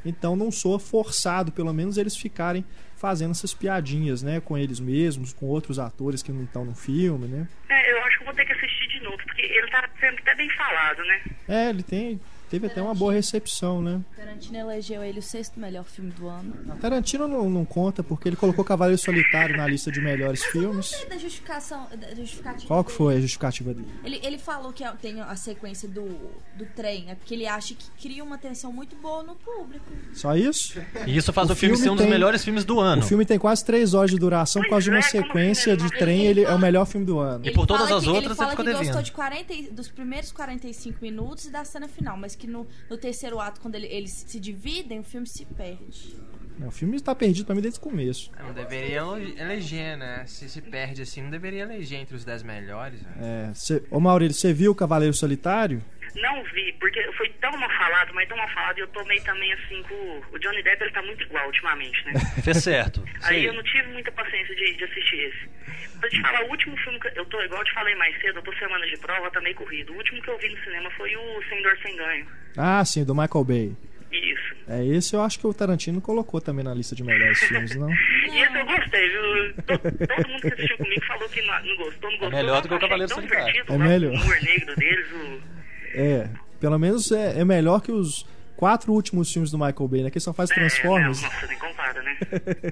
então não soa forçado, pelo menos eles ficarem fazendo essas piadinhas, né, com eles mesmos, com outros atores que não estão no filme, né? É, eu acho que eu vou ter que assistir de novo, porque ele tá sendo até bem falado, né? É, ele tem, teve até uma boa recepção, né? Tarantino elegeu ele o sexto melhor filme do ano. Tarantino não, não conta, porque ele colocou Cavaleiro Solitário na lista de melhores filmes. Eu gostei da justificação, da justificativa. Qual que dele. foi a justificativa dele? Ele, ele falou que tem a sequência do, do trem, é porque ele acha que cria uma tensão muito boa no público. Só isso? E isso faz O o, filme filme ser um dos tem- melhores filmes do ano. O filme tem quase três horas de duração por causa de uma sequência de trem, ele é o melhor filme do ano. E por todas fala as que, outras ele fala ele ficou que gostou devendo. de quarenta, e- dos primeiros quarenta e cinco minutos e da cena final, mas que no, no terceiro ato, quando ele- eles se dividem, o filme se perde. O filme está perdido pra mim desde o começo. Não deveria ele- eleger, né? Se se perde assim, não deveria eleger entre os dez melhores. Né? É, cê, ô Maurílio, você viu o Cavaleiro Solitário? Não vi, porque foi tão mal falado, mas tão mal falado, e eu tô meio também assim com o- o Johnny Depp, ele tá muito igual ultimamente, né? Fez certo. Aí Sim. eu não tive muita paciência de, de assistir esse. Pra te falar, o último filme que eu tô, igual eu te falei mais cedo, eu tô semana de prova, tá meio corrido. O último que eu vi no cinema foi o Sem Dor Sem Ganho. Ah, sim, do Michael Bay. Isso. É, esse eu acho que o Tarantino colocou também na lista de melhores filmes, não? E esse eu gostei, viu? To- Todo mundo que assistiu comigo falou que não, não gostou, não gostou. melhor do que o Eu achei Cavaleiro tão Solitário. divertido É lá, melhor. O humor negro deles, o... É, pelo menos é, é melhor que os quatro últimos filmes do Michael Bay, né? Que ele só faz Transformers. É, não, nossa, nem compara, né?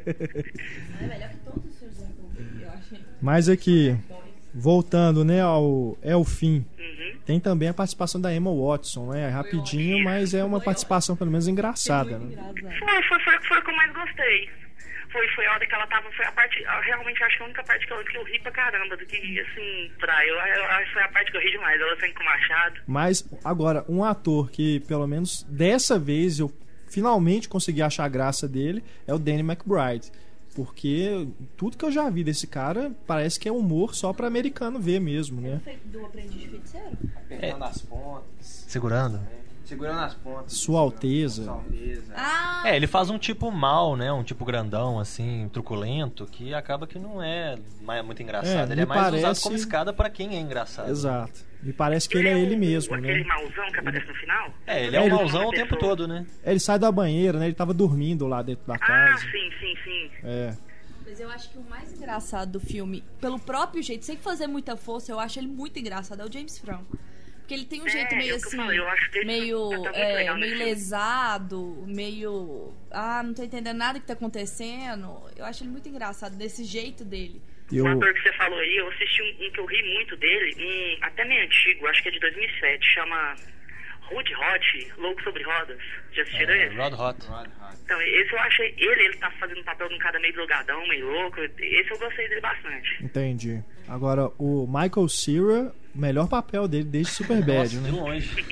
É melhor que todos os filmes da eu achei. Mas aqui, voltando, né, ao É o Fim, Uhum. tem também a participação da Emma Watson, né? É rapidinho, mas é uma participação pelo menos engraçada, né? Foi, foi, foi, foi o que eu mais gostei. Foi, foi a hora que ela tava, foi a parte, eu realmente acho que a única parte que eu, que eu ri pra caramba, do que, assim, pra eu, eu acho que foi a parte que eu ri demais, ela saindo com o machado. Mas, agora, um ator que, pelo menos dessa vez, eu finalmente consegui achar a graça dele é o Danny McBride. Porque tudo que eu já vi desse cara parece que é humor só pra americano ver mesmo, né? Do Aprendiz de Feiticeiro? Apertando as pontas, Segurando. segurando as pontas. Sua Alteza. Sua Alteza. Ah! É, ele faz um tipo mal, né? Um tipo grandão, assim, truculento, que acaba que não é mais muito engraçado. É, ele é me mais usado parece- como escada pra quem é engraçado. Exato. Me parece que ele é ele mesmo, Aquele né? mauzão que aparece no final? É, ele é É, um ele- mauzão o tempo todo, né? Ele sai da banheira, né? Ele tava dormindo lá dentro da Ah, casa. sim, sim, sim. É. Mas eu acho que o mais engraçado do filme, pelo próprio jeito, sem fazer muita força, eu acho ele muito engraçado, é o James Franco. Porque ele tem um É, jeito meio é o que eu assim, falei, eu acho que ele meio, tá muito é, legal meio nesse filme. lesado, meio... Ah, não tô entendendo nada que tá acontecendo. Eu acho ele muito engraçado, desse jeito dele. E O o... ator que você falou aí, eu assisti um, um que eu ri muito dele, um até meio antigo, acho que é de dois mil e sete, chama Rude Hot, Louco Sobre Rodas. Já assistiram É, esse? Rod Hot. Rod Hot. Então, esse eu achei, ele, ele tá fazendo um papel de um cara meio drogadão, meio louco, esse eu gostei dele bastante. Entendi. Agora, o Michael Cera, o melhor papel dele desde Superbad, Nossa, né? de longe.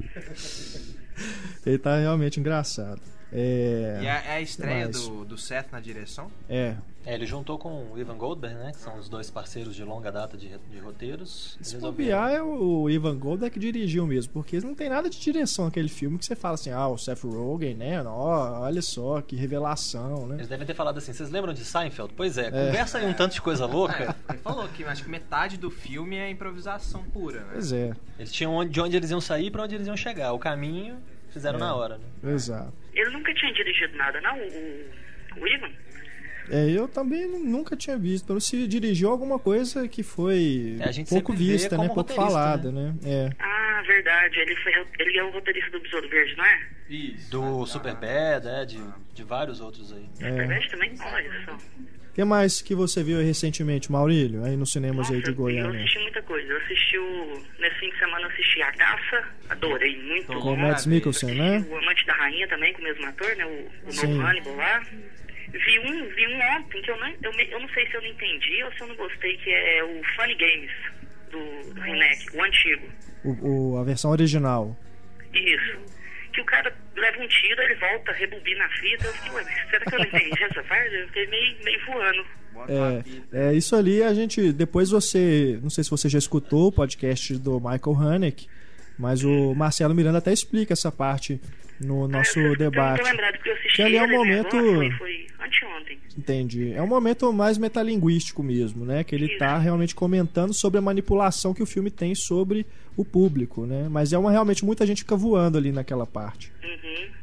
Ele tá realmente engraçado. É... E a, é a estreia Mas- do, do Seth na direção? É. É, ele juntou com o Ivan Goldberg, né? Que são os dois parceiros de longa data de, de roteiros. Se Eles bobear, é o Ivan Goldberg que dirigiu mesmo, porque não tem nada de direção naquele filme que você fala assim, ah, o Seth Rogen, né? Ó, olha só, que revelação, né? Eles devem ter falado assim, vocês lembram de Seinfeld? Pois é, conversa aí um tanto de coisa louca. Ele falou que acho que metade do filme é improvisação pura, né? Pois é, Eles tinham onde, de onde eles iam sair e pra onde eles iam chegar. O caminho fizeram É. na hora, né? exato. Ele nunca tinha dirigido nada, não, o, o, o Ivan? É, eu também nu- nunca tinha visto. Pelo se dirigiu alguma coisa que foi É, a gente pouco sempre vê vista, né? como Pouco roteirista, falada, né? É. Ah, verdade, ele, foi, ele é o roteirista do Besouro Verde, não é? Isso. Do Superbad, é, de, de vários outros aí. É. Superbad também? Olha só. O que mais que você viu aí recentemente, Maurílio? Aí nos cinemas aí de eu Goiânia. assisti muita coisa. Eu assisti o... Nesse fim de semana eu assisti A Caça, adorei muito. Com o Mads Mikkelsen, né? O Amante da Rainha também, com o mesmo ator, né? O, o Sim. novo Hannibal lá. Vi um, vi um ontem que eu não, eu, me- eu não sei se eu não entendi ou se eu não gostei, que é o Funny Games, do, do Reineck, o antigo. O, o- a versão original. Isso. Que o cara leva um tiro, ele volta, rebobina a fita. Eu fiquei, ué, será que eu não entendi essa parte? Eu fiquei meio, meio voando. Bota uma É, fita. é, isso ali a gente. Depois você. Não sei se você já escutou o podcast do Michael Haneke, mas o Marcelo Miranda até explica essa parte no nosso É, eu, debate. Eu não tô lembrado porque eu assisti Que ali é um ele, né, momento- agora, Foi, foi anteontem. Entendi. É um momento mais metalinguístico mesmo, né? Que ele Isso. tá realmente comentando sobre a manipulação que o filme tem sobre o público, né? Mas é uma realmente muita gente fica voando ali naquela parte. Uhum.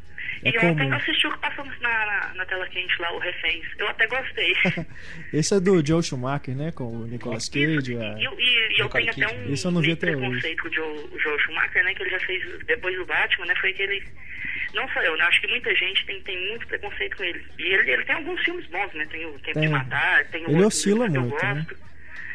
É e comum. ontem eu assisti o que passou na, na, na tela quente lá, o Reféns. Eu até gostei. Esse é do Joe Schumacher, né? Com o Nicolas Cage. Isso, a- e, e- e eu tenho até um, Esse eu não vi um até hoje. preconceito com o Joe, o Joe Schumacher, né? Que ele já fez depois do Batman, né? Foi que ele... Não só eu, né? Acho que muita gente tem, tem muito preconceito com ele. E ele, ele tem alguns filmes bons, né? Tem o Tempo Tem. de Matar, tem o Ele outro oscila que eu muito, né? gosto.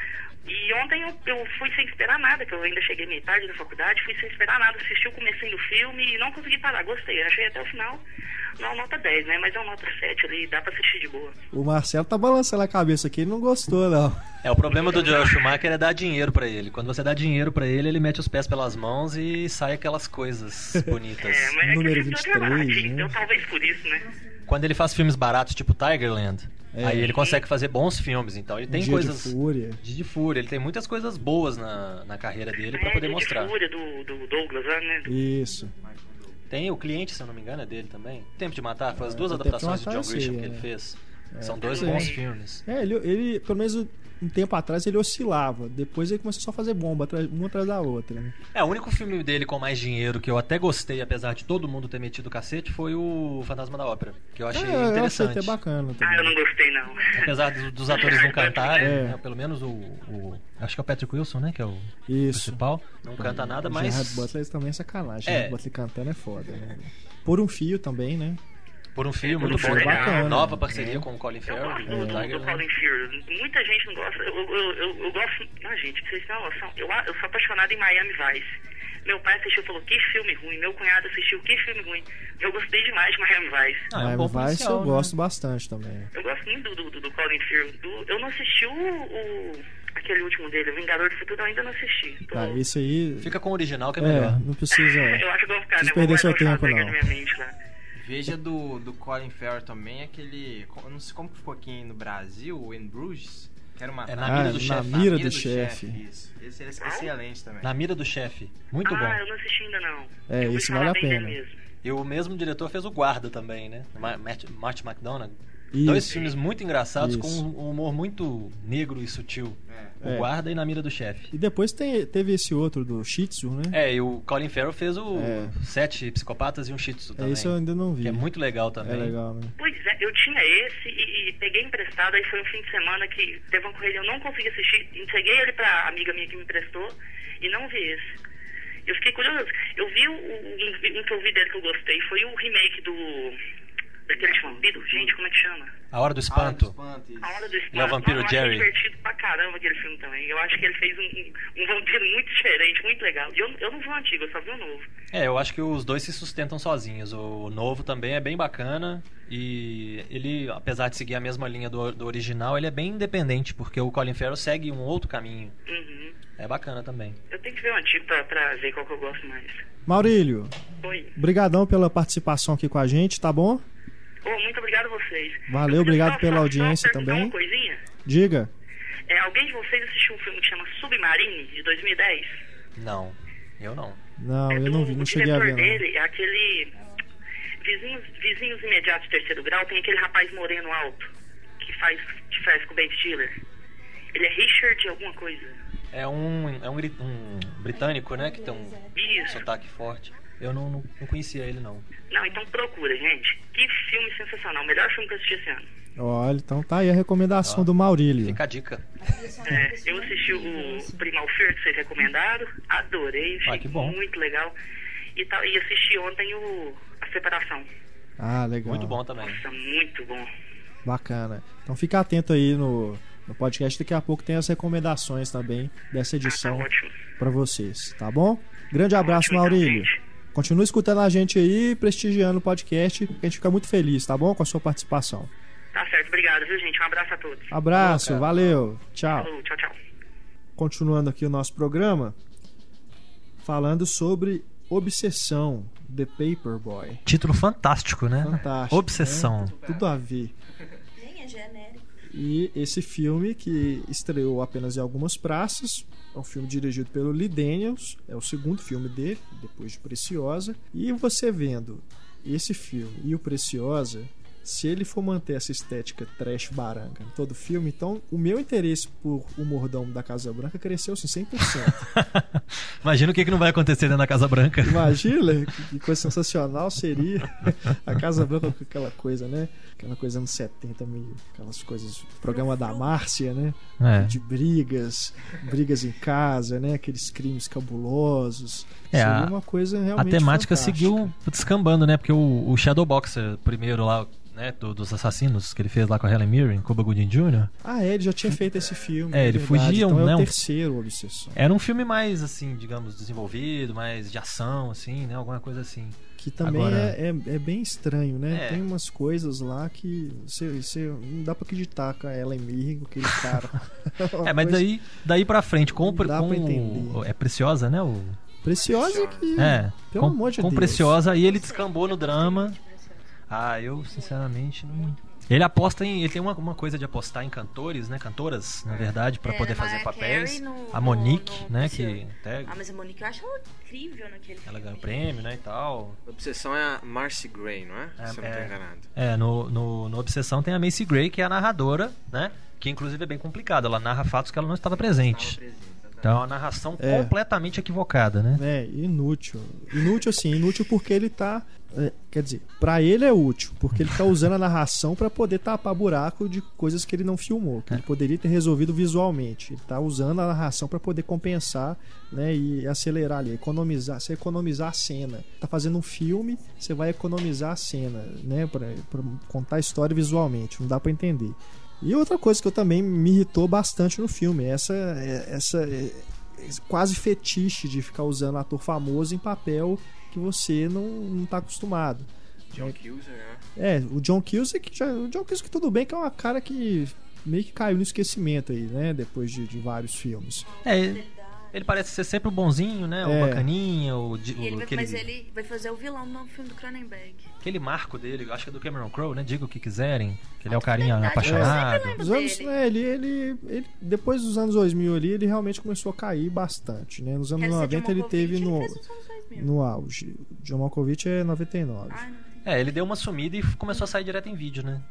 E ontem eu, eu fui sem esperar nada, que eu ainda cheguei meio tarde da faculdade, fui sem esperar nada, assisti o comecinho do filme e não consegui parar, gostei, achei até o final, não nota dez, né, mas é uma nota sete ali, dá pra assistir de boa. O Marcelo tá balançando a cabeça aqui, ele não gostou, não. É, o problema do Joel Schumacher é dar dinheiro pra ele. Quando você dá dinheiro pra ele, ele mete os pés pelas mãos e sai aquelas coisas bonitas. É, mas Número é que vinte e esse filme é três, baratinho, né? então talvez por isso, né. Quando ele faz filmes baratos, tipo Tigerland, É. aí ele consegue fazer bons filmes. Então ele tem Dia coisas... de Fúria. Dia de Fúria. Ele tem muitas coisas boas na, na carreira dele pra É, poder Dia de mostrar. Fúria do, do Douglas, né, do- Isso. Tem o Cliente, se eu não me engano, é dele também. Tempo de Matar, foi as duas É, Tempo de adaptações do Matar, John eu Grisham sei, que é. ele fez. É, São dois pois é. bons filmes. É, ele, ele, pelo menos um tempo atrás, ele oscilava. Depois ele começou só a fazer bomba, atrás- uma atrás da outra, né? É, o único filme dele com mais dinheiro que eu até gostei, apesar de todo mundo ter metido o cacete, foi o Fantasma da Ópera, que eu achei É, eu achei interessante. até bacana Ah, eu também. não gostei, não. Apesar dos, dos atores não cantarem, É. né, pelo menos o, o- Acho que é o Patrick Wilson, né? Que é o Isso. principal. Não canta nada, O mas. Gerard Butler também é sacanagem. É. Gerard Butler cantando é foda, né? Por um fio também, né? Por um filme Por um muito bom. filme né? bacana. Nova parceria É. com o Colin Eu Farrell. gosto e do, o do, do Tiger. Colin Farrell. Muita gente não gosta. Eu, eu, eu, eu gosto. Ah, gente, pra vocês terem uma noção. Eu, a- eu sou apaixonado em Miami Vice. Meu pai assistiu e falou: que filme ruim. Meu cunhado assistiu: que filme ruim. Eu gostei demais de Miami Vice. Ah, é um Miami bom Vice policial, eu né? gosto bastante também. Eu gosto muito do, do, do Colin Farrell. Do- eu não assisti o, o- aquele último dele, o Vingador do Futuro, eu ainda não assisti. Tô- Tá, esse aí. Fica com o original que é É, melhor. não precisa. eu acho que eu vou ficar, Precisa né? Vou perder seu guardar o tempo, Schwarzenegger não. na minha mente lá. Veja do, do Colin Farrell também, aquele... Eu não sei como que ficou aqui no Brasil, o In Bruges. Quero matar. É Na Mira Ah, do Na Chefe. Mira do Chefe. Isso. Esse é excelente também. Na Mira do Chefe. Muito bom. Ah, eu não assisti ainda não. É, Eu ouvi esse falar vale a bem dele pena. mesmo. E o mesmo diretor fez o Guarda também, né? Ma- Matt, Marty McDonagh. Isso. Dois filmes muito engraçados, Isso. com um humor muito negro e sutil. O É. Guarda e Na Mira do Chefe. E depois tem, teve esse outro do Shih Tzu, né? É, e o Colin Farrell fez o É. Sete Psicopatas e um Shih Tzu É, também. esse eu ainda não vi. Que é muito legal É também. legal, né? Pois é, eu tinha esse e, e peguei emprestado, aí foi um fim de semana que teve uma correria, eu não consegui assistir, entreguei ele pra amiga minha que me emprestou e não vi esse. Eu fiquei curioso, eu vi o, o- um, um que eu vi dele que eu gostei, foi o remake do... daquele de vampiro, gente, como é que chama? A Hora do Espanto. A Hora do Espanto. E é o Vampiro eu achei Jerry. divertido pra caramba aquele filme também. Eu acho que ele fez um, um, um vampiro muito diferente, muito legal. E eu, eu não vi o antigo, eu só vi o novo. É, eu acho que os dois se sustentam sozinhos. O novo também é bem bacana e ele, apesar de seguir a mesma linha do, do original, ele é bem independente, porque o Colin Farrell segue um outro caminho. Uhum. É bacana também. Eu tenho que ver o antigo pra, pra ver qual que eu gosto mais. Maurílio, Oi. brigadão pela participação aqui com a gente, tá bom? Oh, muito obrigado a vocês. Valeu, Eu queria obrigado só- pela só- audiência só perguntar também. uma coisinha. Diga. É, alguém de vocês assistiu um filme que chama Submarine, de dois mil e dez? Não, eu não. Não, é eu do, não vi, não o cheguei a diretor ver, não. dele é aquele... Vizinhos, vizinhos imediatos de terceiro grau, tem aquele rapaz moreno alto, que faz, que faz com o Ben Stiller. Ele é Richard alguma coisa. É um, é um, gri- um britânico, né? Que tem um Isso. sotaque forte. Eu não, não, não conhecia ele, não. Não, então procura, gente. Que filme sensacional. O melhor filme que eu assisti esse ano. Olha, então tá aí a recomendação Ó, do Maurílio. Fica a dica. É, eu assisti o Primal Fear, que vocês recomendaram. Adorei, achei Ah, que bom. muito legal. E, tá, e assisti ontem o A Separação. Ah, legal. Muito bom também. Nossa, muito bom. Bacana. Então fica atento aí no, no podcast, daqui a pouco tem as recomendações também dessa edição Ah, tá ótimo. pra vocês, tá bom? Grande abraço, Ótimo, então, Maurílio. gente. Continue escutando a gente aí, prestigiando o podcast, que a gente fica muito feliz, tá bom? Com a sua participação. Tá certo, obrigado, viu, gente? Um abraço a todos. Abraço, valeu, tchau. Falou, tchau, tchau. Continuando aqui o nosso programa, falando sobre Obsessão, The Paperboy. Título fantástico, né? Fantástico. Obsessão. né? Tudo a ver. Nem é genérico. E esse filme, que estreou apenas em algumas praças, é um filme dirigido pelo Lee Daniels, é o segundo filme dele, depois de Preciosa. E você vendo esse filme e o Preciosa, se ele for manter essa estética trash baranga em todo filme, então o meu interesse por O Mordomo da Casa Branca cresceu assim cem por cento. Imagina o que, que não vai acontecer dentro da Casa Branca. Imagina que coisa sensacional seria a Casa Branca com aquela coisa, né? Aquela coisa anos setenta, meio, aquelas coisas, programa da Márcia, né? É. De brigas, brigas em casa, né? Aqueles crimes cabulosos. É, seria a- uma coisa A realmente temática fantástica. seguiu descambando, né? Porque o, o Shadowboxer, primeiro lá, né, do- dos assassinos que ele fez lá com a Helen Mirren, Cuba Gooding Júnior, Ah, é, ele já tinha feito esse filme. É, ele verdade. fugia, então né, é um- o terceiro Obsessão. era um filme mais, assim, digamos, desenvolvido, mais de ação, assim, né? Alguma coisa assim. Que também Agora- é, é, é bem estranho, né? É. Tem umas coisas lá que você, você não dá pra acreditar com a Ellen Mirren, com aquele cara. É, mas daí, daí pra frente, com, o pre- Dá com pra o- entender. é Preciosa, né? O, Preciosa que... é, Pelo com, amor de com Deus. Preciosa, aí ele descambou no drama. Ah, eu, sinceramente, não... Ele aposta em... Ele tem uma, uma coisa de apostar em cantores, né? Cantoras, na verdade, pra É, poder a fazer Mariah papéis. Carey no- A Monique, no- no né? Preciosa. Que até Ah, mas a Monique eu acho ela incrível naquele ela filme. ganhou prêmio, né? E tal. A Obsessão é a Marcy Gray, não é? É, Se eu não tô é. enganado. É, no, no, no Obsessão tem a Macy Gray, que é a narradora, né? Que inclusive é bem complicada. Ela narra fatos que ela não estava presente. Tava presente, tá? Então é uma narração É. completamente equivocada, né? É, inútil. Inútil assim, inútil porque ele tá... é, quer dizer, pra ele é útil, porque ele tá usando a narração pra poder tapar buraco de coisas que ele não filmou, que ele poderia ter resolvido visualmente. Ele tá usando a narração pra poder compensar, né, e acelerar ali, economizar, você economizar a cena. Tá fazendo um filme, você vai economizar a cena, né, pra, pra contar a história visualmente, não dá pra entender. E outra coisa que eu também me irritou bastante no filme, essa essa é, quase fetiche de ficar usando ator famoso em papel que você não, não tá acostumado. John Cusack, né? É, o John Cusack, já, o John Cusack tudo bem, que é uma cara que meio que caiu no esquecimento aí, né, depois de, de vários filmes. É, ele, ele parece ser sempre o bonzinho, né? O É. bacaninha, o, di- E ele o vai, aquele, mas ele vai fazer o vilão no filme do Cronenberg. aquele marco dele, eu acho que é do Cameron Crowe, né? Diga o que quiserem, que ele é o carinha Verdade, apaixonado. eu sempre lembro Os anos, dele. é, ele, ele, ele, depois dos anos dois mil ali, ele realmente começou a cair bastante, né? Nos anos Quero ser noventa John ele Malkovich, teve no, ele fez nos anos dois mil. no auge. John Malkovich é noventa e nove. Ai, não tem. É, ele deu uma sumida e começou a sair direto em vídeo, né?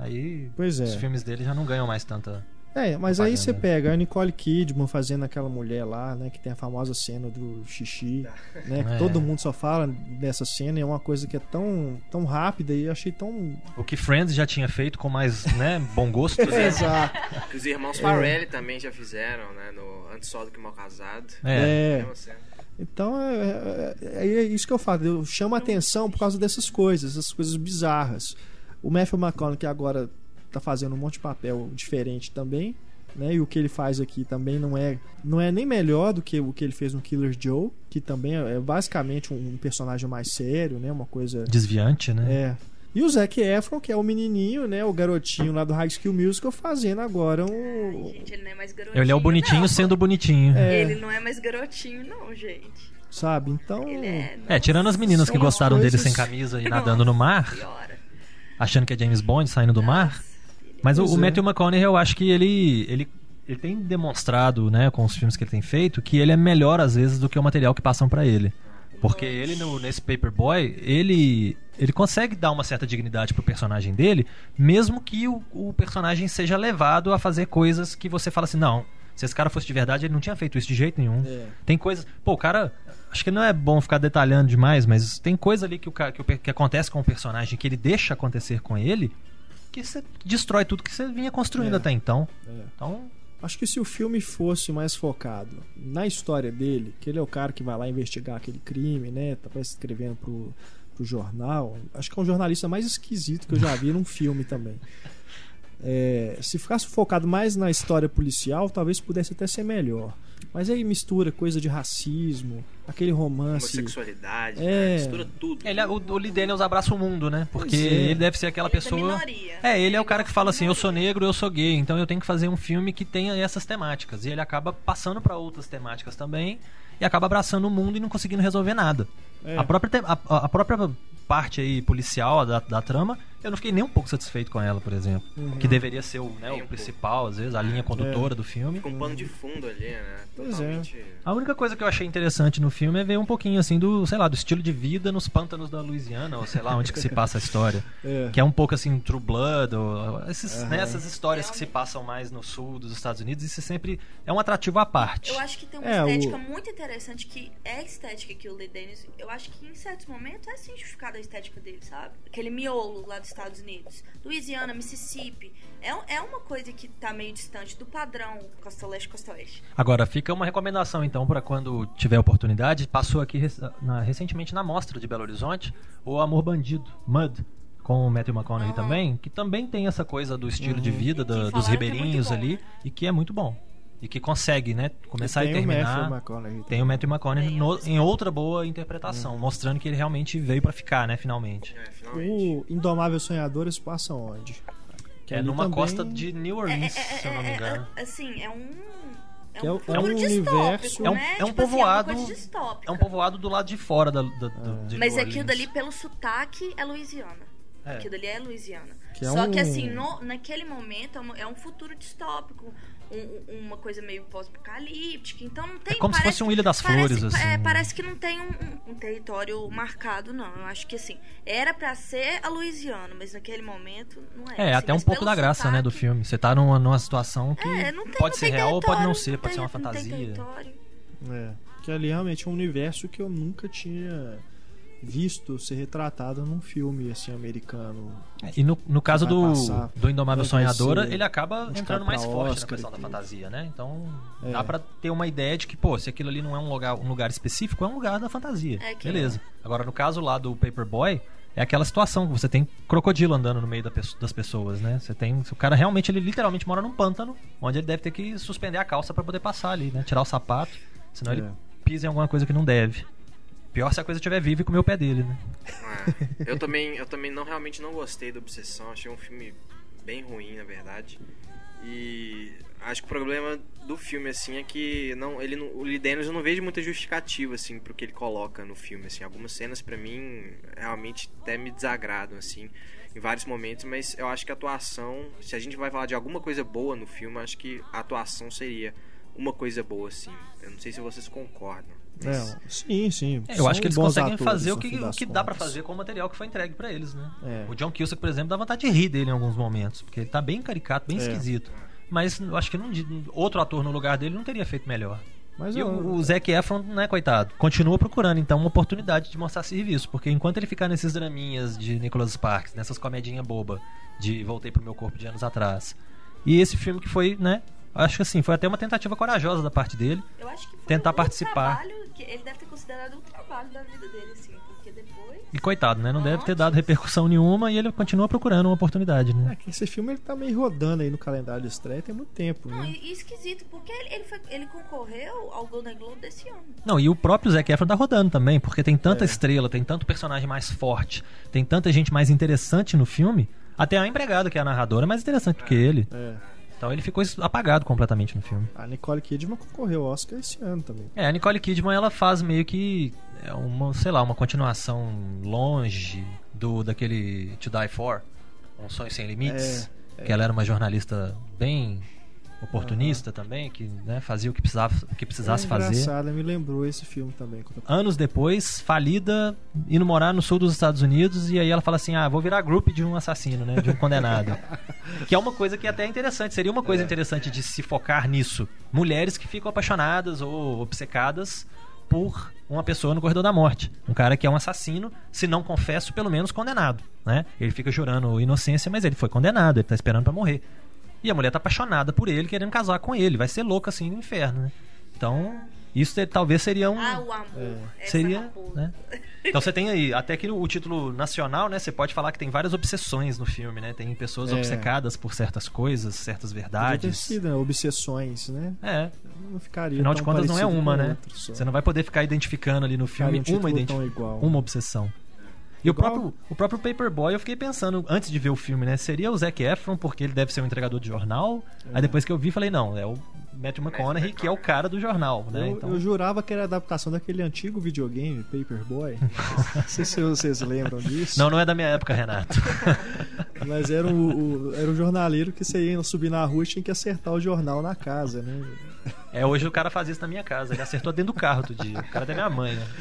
Aí Pois é. os filmes dele já não ganham mais tanta. É, mas aí propaganda. você pega a Nicole Kidman fazendo aquela mulher lá, né, que tem a famosa cena do xixi, né, que É. todo mundo só fala dessa cena, e é uma coisa que é tão, tão rápida e eu achei tão... O que Friends já tinha feito com mais, né, bom gosto. né? Exato. Que os irmãos Farrelly também já fizeram, né? No Antes Só do Que Mal Casado. É. É. Mesma cena. Então é, é, é isso que eu falo, eu chamo a atenção por causa dessas coisas, essas coisas bizarras. O Matthew McConaughey, que agora tá fazendo um monte de papel diferente também, né? E o que ele faz aqui também não é, não é nem melhor do que o que ele fez no Killer Joe, que também é basicamente um, um personagem mais sério, né? Uma coisa... Desviante, né? É. E o Zac Efron, que é o menininho, né? O garotinho lá do High School Musical, fazendo agora um... Gente, ele não é mais garotinho. Ele é o bonitinho não. sendo bonitinho. É. Ele não é mais garotinho, não, gente. Sabe? Então... Ele é. É, tirando as meninas São que umas gostaram dele coisas- sem camisa e nadando no mar, Piora. achando que é James Bond saindo do mar. Mas o, Pois o é. Matthew McConaughey, eu acho que ele, ele, ele tem demonstrado, né, com os filmes que ele tem feito, que ele é melhor às vezes do que o material que passam pra ele. Porque ele, no, nesse Paperboy, ele, ele consegue dar uma certa dignidade pro personagem dele, mesmo que o, o personagem seja levado a fazer coisas que você fala assim, não, se esse cara fosse de verdade, ele não tinha feito isso de jeito nenhum. É. Tem coisas... Pô, o cara... Acho que não é bom ficar detalhando demais, mas tem coisa ali que, o, ca- que, o, pe- que acontece com o personagem, que ele deixa acontecer com ele, que você destrói tudo que você vinha construindo É. até então. É. Então, Acho que se o filme fosse mais focado na história dele, que ele é o cara que vai lá investigar aquele crime, né? Tá escrevendo pro, pro jornal. Acho que é um jornalista mais esquisito que eu já vi num filme também. É, se ficasse focado mais na história policial, talvez pudesse até ser melhor. Mas aí mistura coisa de racismo, aquele romance. Homossexualidade, É. né? Mistura tudo. ele, é- o, o Lee Daniels abraça o mundo, né? Porque Pois é. ele deve ser aquela Ele é da pessoa... minoria. É, ele é o cara que fala assim, eu Minoria. sou negro, eu sou gay, então eu tenho que fazer um filme que tenha essas temáticas. E ele acaba passando pra outras temáticas também e acaba abraçando o mundo e não conseguindo resolver nada. É. A, própria te- a, a própria parte aí policial da, da trama, eu não fiquei nem um pouco satisfeito com ela, por exemplo. Uhum. Que deveria ser o, né, Nem o um principal, às vezes, a linha condutora do filme. Fica um pano de fundo ali, né? Pois é. Totalmente. A única coisa que eu achei interessante no, filme é ver um pouquinho assim do, sei lá, do estilo de vida nos pântanos da Louisiana, ou sei lá onde que se passa a história. É. Que é um pouco assim, True Blood, ou esses, Aham. né, essas histórias que se passam mais no sul dos Estados Unidos, isso sempre é um atrativo à parte. Eu acho que tem uma É, o- estética muito interessante, que é a estética que o Lee Daniels, eu acho que em certos momentos é sim justificada a estética dele, sabe? Aquele miolo lá dos Estados Unidos. Louisiana, Mississippi. É, um- é uma coisa que tá meio distante do padrão Costa Leste, Costa Oeste. Agora, fica uma recomendação então para quando tiver oportunidade. Passou aqui rec- na- recentemente na Mostra de Belo Horizonte o Amor Bandido, Mud, com o Matthew McConaughey Aham. também, que também tem essa coisa do estilo de vida E que da- falaram dos que é muito ribeirinhos bom, ali, né? e que é muito bom. E que consegue, né, começar Tem e o terminar. Matthew McConaughey Tem o Matthew McConaughey Tem, no- eu em outra boa interpretação, mostrando que ele realmente veio para ficar, né, finalmente. É, finalmente. O Indomável Sonhadores passa onde? Que É ali numa também- costa de New É, Orleans, é, é, se eu não me é, engano. é, assim, é um... É Que é um o- é futuro um distópico, universo- É um, né? é um Tipo assim, povoado. é uma coisa distópica. É um povoado do lado de fora da, da, do- de Mas New aquilo Orleans. dali, pelo sotaque, é Louisiana. É. Aquilo dali é Louisiana. Que é Só um- que assim, no- naquele momento é um, é um futuro distópico. um- uma coisa meio pós-apocalíptica. Então não tem... É como se parece- fosse um Ilha das parece, Flores, assim. é, parece que não tem um, um- um território marcado, não. Eu acho que assim, era pra ser a Louisiana, mas naquele momento não é. É, assim, até um mas pouco pelo da graça, né, do sotaque- filme. Você tá numa, numa situação que É, não tem, pode não ser tem real ou pode não território, ser, pode ser tem- uma não tem fantasia. território. É, que ali realmente é um universo que eu nunca tinha visto ser retratado num filme assim americano. E no, no caso Vai do, passar, do Indomável vai Sonhadora, ser ele acaba indicado entrando mais pra forte na Oscar questão e da tudo. fantasia, né? Então É. dá pra ter uma ideia de que, pô, se aquilo ali não é um lugar, um lugar específico, é um lugar da fantasia. É que- Beleza. Agora, no caso lá do Paperboy, é aquela situação que você tem crocodilo andando no meio da pesso- das pessoas, né? Você tem. O cara realmente, ele literalmente mora num pântano, onde ele deve ter que suspender a calça pra poder passar ali, né? Tirar o sapato, senão ele É. pisa em alguma coisa que não deve. Pior se a coisa estiver viva e comer o pé dele, né? É, eu também, eu também não realmente não gostei da Obsessão, achei um filme bem ruim, na verdade. E acho que o problema do filme assim é que não, ele não, o Lee Daniels, eu não vejo muita justificativa assim pro que ele coloca no filme assim. Algumas cenas pra mim realmente até me desagradam assim em vários momentos, mas eu acho que a atuação, se a gente vai falar de alguma coisa boa no filme, acho que a atuação seria uma coisa boa assim. Eu não sei se vocês concordam. Mas... É, sim, sim. É, eu São acho que eles bons conseguem atores, fazer o no que, fim o das que dá pra contas. fazer com o material que foi entregue pra eles, né? É. O John Cusack, por exemplo, dá vontade de rir dele em alguns momentos, porque ele tá bem caricato, bem É. esquisito. Mas eu acho que não, outro ator no lugar dele não teria feito melhor. Mas E eu, o, o Zac Efron, né, coitado, continua procurando então uma oportunidade de mostrar serviço, porque enquanto ele ficar nesses draminhas de Nicholas Sparks, nessas comedinhas boba de Voltei pro Meu Corpo de anos atrás, e esse filme que foi, né, acho que assim, foi até uma tentativa corajosa da parte dele. Eu acho que foi Tentar um participar. trabalho que ele deve ter considerado o trabalho da vida dele, assim, porque depois... E coitado, né, não deve ter Antes. dado repercussão nenhuma e ele continua procurando uma oportunidade, né? é que esse filme ele tá meio rodando aí no calendário de estreia tem muito tempo, Não, né? e, e esquisito, porque ele, ele, foi- ele concorreu ao Golden Globe desse ano. Não, e o próprio Zac Efron tá rodando também, porque tem tanta É. estrela, tem tanto personagem mais forte, tem tanta gente mais interessante no filme, até a empregada, que é a narradora, é mais interessante do que ele. É. Então ele ficou apagado completamente no filme. A Nicole Kidman concorreu ao Oscar esse ano também. É, a Nicole Kidman, ela faz meio que é uma, sei lá, uma continuação longe do daquele To Die For, Um Sonho Sem Limites, É, que ela era uma jornalista bem oportunista também, que, né, fazia o que precisava, o que precisasse é fazer. engraçado, me lembrou esse filme também. quando eu- Anos depois, falida, indo morar no sul dos Estados Unidos, e aí ela fala assim, ah, vou virar group de um assassino, né, de um condenado. Que é uma coisa que até é interessante, seria uma coisa interessante de se focar nisso. Mulheres que ficam apaixonadas ou obcecadas por uma pessoa no corredor da morte. Um cara que é um assassino, se não confesso, pelo menos condenado, né? Ele fica jurando inocência, mas ele foi condenado, ele tá esperando pra morrer. E a mulher tá apaixonada por ele, querendo casar com ele. Vai ser louca assim no inferno, né? Então, isso é- talvez seria um... Ah, o amor. Essa seria, raposa. né? Então você tem aí, até que o título nacional, né? Você pode falar que tem várias obsessões no filme, né? Tem pessoas É. obcecadas por certas coisas, certas Podia ter verdades. sido, né? Obsessões, né? É, Não ficaria afinal de tão contas não é parecido uma, com né? outro só. Você não vai poder ficar identificando ali no filme Ficaria um uma, título identi- tão igual. uma obsessão. E o Igual- próprio, o próprio Paperboy, eu fiquei pensando, antes de ver o filme, né? Seria o Zac Efron, porque ele deve ser um entregador de jornal. É. Aí depois que eu vi, falei, não, é o Matthew McConaughey, que é o cara do jornal, né? Eu, Então, eu jurava que era adaptação daquele antigo videogame, Paperboy. Não sei se vocês lembram disso. não, não é da minha época, Renato. Mas era o, o- era o jornaleiro que você ia subir na rua e tinha que acertar o jornal na casa, né? É, hoje o cara faz isso na minha casa. Ele acertou dentro do carro outro dia. O cara é da minha mãe, né?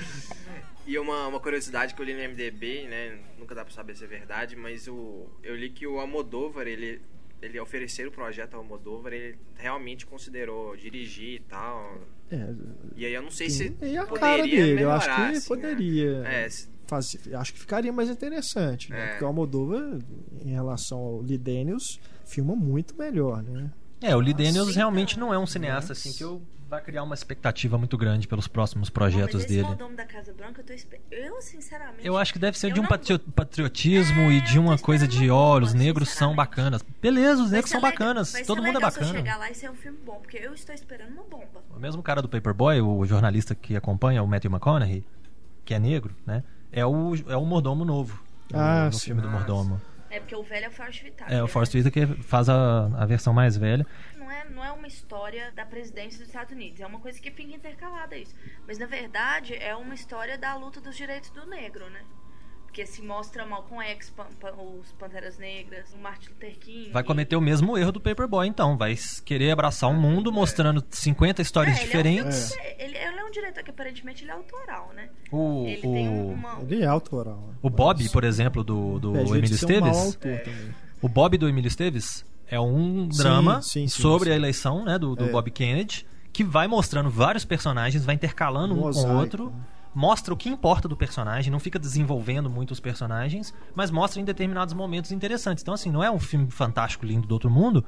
E uma, uma curiosidade que eu li no M D B, né? Nunca dá pra saber se é verdade, mas o, eu li que o Almodóvar, ele, ele ofereceu o projeto ao Almodóvar, ele realmente considerou dirigir e tal. É, E aí eu não sei sim, se e a poderia cara dele, eu melhorar, acho que assim, poderia né? É, se- fazer, acho que ficaria mais interessante, né? É. Porque o Almodóvar, em relação ao Lee Daniels, filma muito melhor, né? É, o Lee Daniels Sim, realmente cara. não é um cineasta assim que eu vai criar uma expectativa muito grande pelos próximos Não, projetos mas esse dele. Mordomo da Casa Branca, eu tô esper... Eu, sinceramente... Eu acho que deve ser eu de um não patrio- vou- patriotismo É, e de eu tô uma coisa de esperando uma olha, os bomba, negros são sinceramente. bacanas. Beleza, os Vai negros ser são legal- bacanas, vai ser todo mundo é legal se eu bacana. chegar lá e ser um filme bom, porque eu estou esperando uma bomba. O mesmo cara do Paperboy, o jornalista que acompanha, o Matthew McConaughey, que é negro, né? É o, é o mordomo novo. no- Ah, no sim. filme do mordomo. É porque o velho é o Forrest Whitaker. É o né? Forrest Whitaker que faz a, a versão mais velha. Não é, não é uma história da presidência dos Estados Unidos, é uma coisa que fica intercalada isso. Mas na verdade é uma história da luta dos direitos do negro, né? Porque se mostra Malcolm X, Pan- Pan- os Panteras Negras, o Martin Luther King. Vai cometer o mesmo erro do Paperboy, então. Vai s- querer abraçar um mundo mostrando cinquenta histórias É, ele diferentes. É um, filme- ele, ele é um diretor que aparentemente ele é autoral, né? O, Ele tem um- o, uma... Ele é autoral. né? o Bob, por exemplo, do, do É, gente, Emílio ser um mau Esteves. autor também. O Bob do Emílio Esteves é um Sim, drama sim, sim, sobre sim. a eleição, né, do, do É. Bob Kennedy, que vai mostrando vários personagens, vai intercalando um Mosaico, com o outro, né? mostra o que importa do personagem, não fica desenvolvendo muito os personagens, mas mostra em determinados momentos interessantes. Então, assim, não é um filme fantástico, lindo do outro mundo,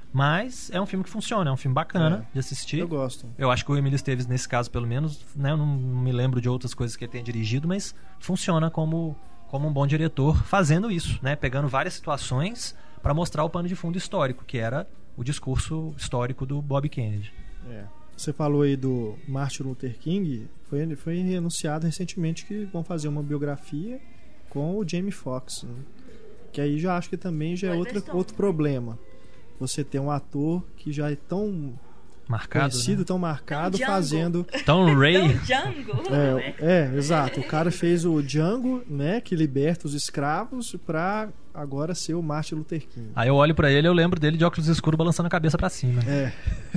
mas é um filme que funciona, é um filme bacana É. de assistir. Eu gosto. Eu acho que o Emílio Esteves, nesse caso, pelo menos, né, eu não me lembro de outras coisas que ele tenha dirigido, mas funciona como, como um bom diretor fazendo isso, né? Pegando várias situações para mostrar o pano de fundo histórico, que era o discurso histórico do Bob Kennedy. É. Você falou aí do Martin Luther King, foi, foi anunciado recentemente que vão fazer uma biografia com o Jamie Foxx, né? Que aí já acho que também já é Oliver outra, Stone. outro problema. Você ter um ator que já é tão Marcado, conhecido, né? tão marcado, Tão fazendo... Então, Ray... Então, Django, né? É, é, exato. O cara fez o Django, né, que liberta os escravos, pra agora ser o Martin Luther King. Aí eu olho pra ele e eu lembro dele de óculos escuros balançando a cabeça pra cima. É.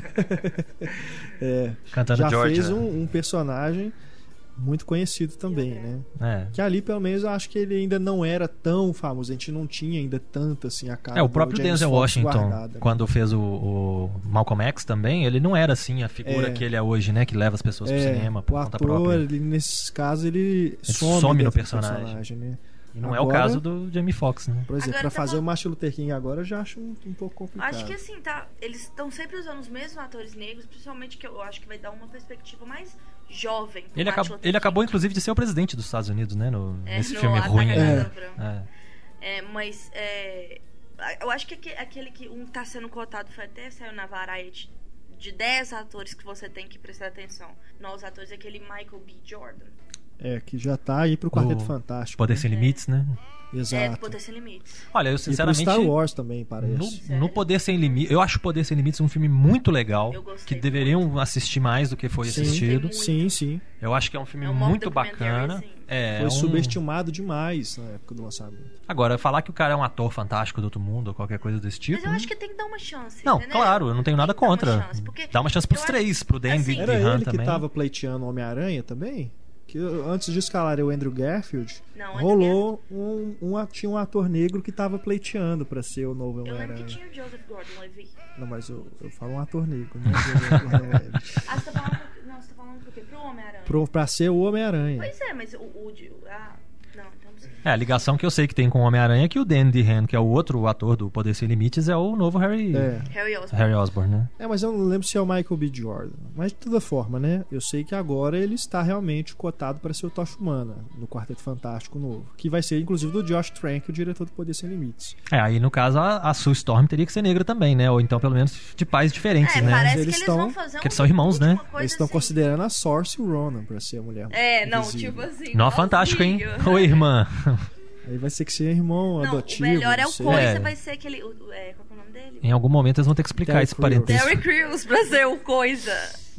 É. Cantando Já Georgia. fez um, um personagem muito conhecido também, né? É. Que ali, pelo menos, eu acho que ele ainda não era tão famoso. A gente não tinha ainda tanto assim a cara É, o do próprio James Denzel Fox Washington, guardada, né? quando fez o, o Malcolm X também, ele não era assim a figura É. que ele é hoje, né? Que leva as pessoas pro É, cinema por o conta ator, própria. ele, nesses casos, ele, some, some no dentro do personagem. né? E não é o Agora, caso do Jamie Foxx, né? Por exemplo, Agora pra tá fazer bom. o Martin Luther King agora, eu já acho um, um pouco complicado. Acho que assim, tá. Eles estão sempre usando os mesmos atores negros, principalmente que eu acho que vai dar uma perspectiva mais jovem. pro Ele, Martin acabou, Luther ele King. acabou, inclusive, de ser o presidente dos Estados Unidos, né? No, É, nesse no filme Ataque ruim. à né? Casa Branca. É. É, mas é, eu acho que aque- aquele que um tá sendo cotado foi até saiu na Variety de dez atores que você tem que prestar atenção. Novos atores, aquele Michael B. Jordan. É, que já tá aí pro Quarteto O Fantástico. Poder né? Sem Limites, né? É, Exato. Poder Sem Limites. Olha, eu E pro sinceramente... Star Wars também, parece. No, Sério? no Poder Sem Limites, eu acho Poder Sem Limites um filme muito legal, Eu gostei que deveriam assistir mais do que foi Sim, assistido. muito. Sim, sim. Eu acho que é um filme É um mock muito documentary, bacana. assim. É, Foi um- subestimado demais na época do lançamento. Agora, falar que o cara é um ator fantástico do outro mundo ou qualquer coisa desse tipo. Mas eu acho que tem que dar uma chance. Não, entendeu? claro, eu não tenho nada Tem que dar uma contra. chance, porque Dá uma chance pros eu três, acho- pro Dan assim, e Era Han ele que também. tava pleiteando o Homem-Aranha também? Que antes de escalar o Andrew Garfield, Não, Andrew rolou um, um, a- tinha um ator negro que tava pleiteando pra ser o novo Eu lembro Homem-Aranha. que tinha o Joseph Gordon-Levitt. Não, mas eu, eu falo um ator negro, né? Homem-Aranha. Ah, você tá falando... Não, você tá falando por quê? Pro Homem-Aranha. Pro- pra ser o Homem-Aranha. Pois é, mas o... o, o ah, não, então não sei. É, a ligação que eu sei que tem com o Homem-Aranha é que o Dan DeHaan, que é o outro ator do Poder Sem Limites, é o novo Harry, É. Harry Osborn. Harry Osborn, né? É, mas eu não lembro se é o Michael B. Jordan. Mas de toda forma, né? Eu sei que agora ele está realmente cotado para ser o Tocha Humana no Quarteto Fantástico novo. Que vai ser, inclusive, do Josh Trank, o diretor do Poder Sem Limites. É, aí no caso a, a Sue Storm teria que ser negra também, né? Ou então pelo menos de pais diferentes, É, né? parece Eles que eles tão- vão fazer que eles um- são irmãos, última né? coisa Eles estão assim. considerando a Source Ronan para ser a mulher É, não, invisível. tipo assim... Nó fantástico, hein? igualzinho. Oi, irmã. Aí vai ser que ser irmão Não, adotivo. o melhor é não o sei. Coisa, É. vai ser aquele... o- o- é, qual que é o nome dele? Em algum momento eles vão ter que explicar Terry esse Crews. parentesco. Terry Crews pra ser o Coisa.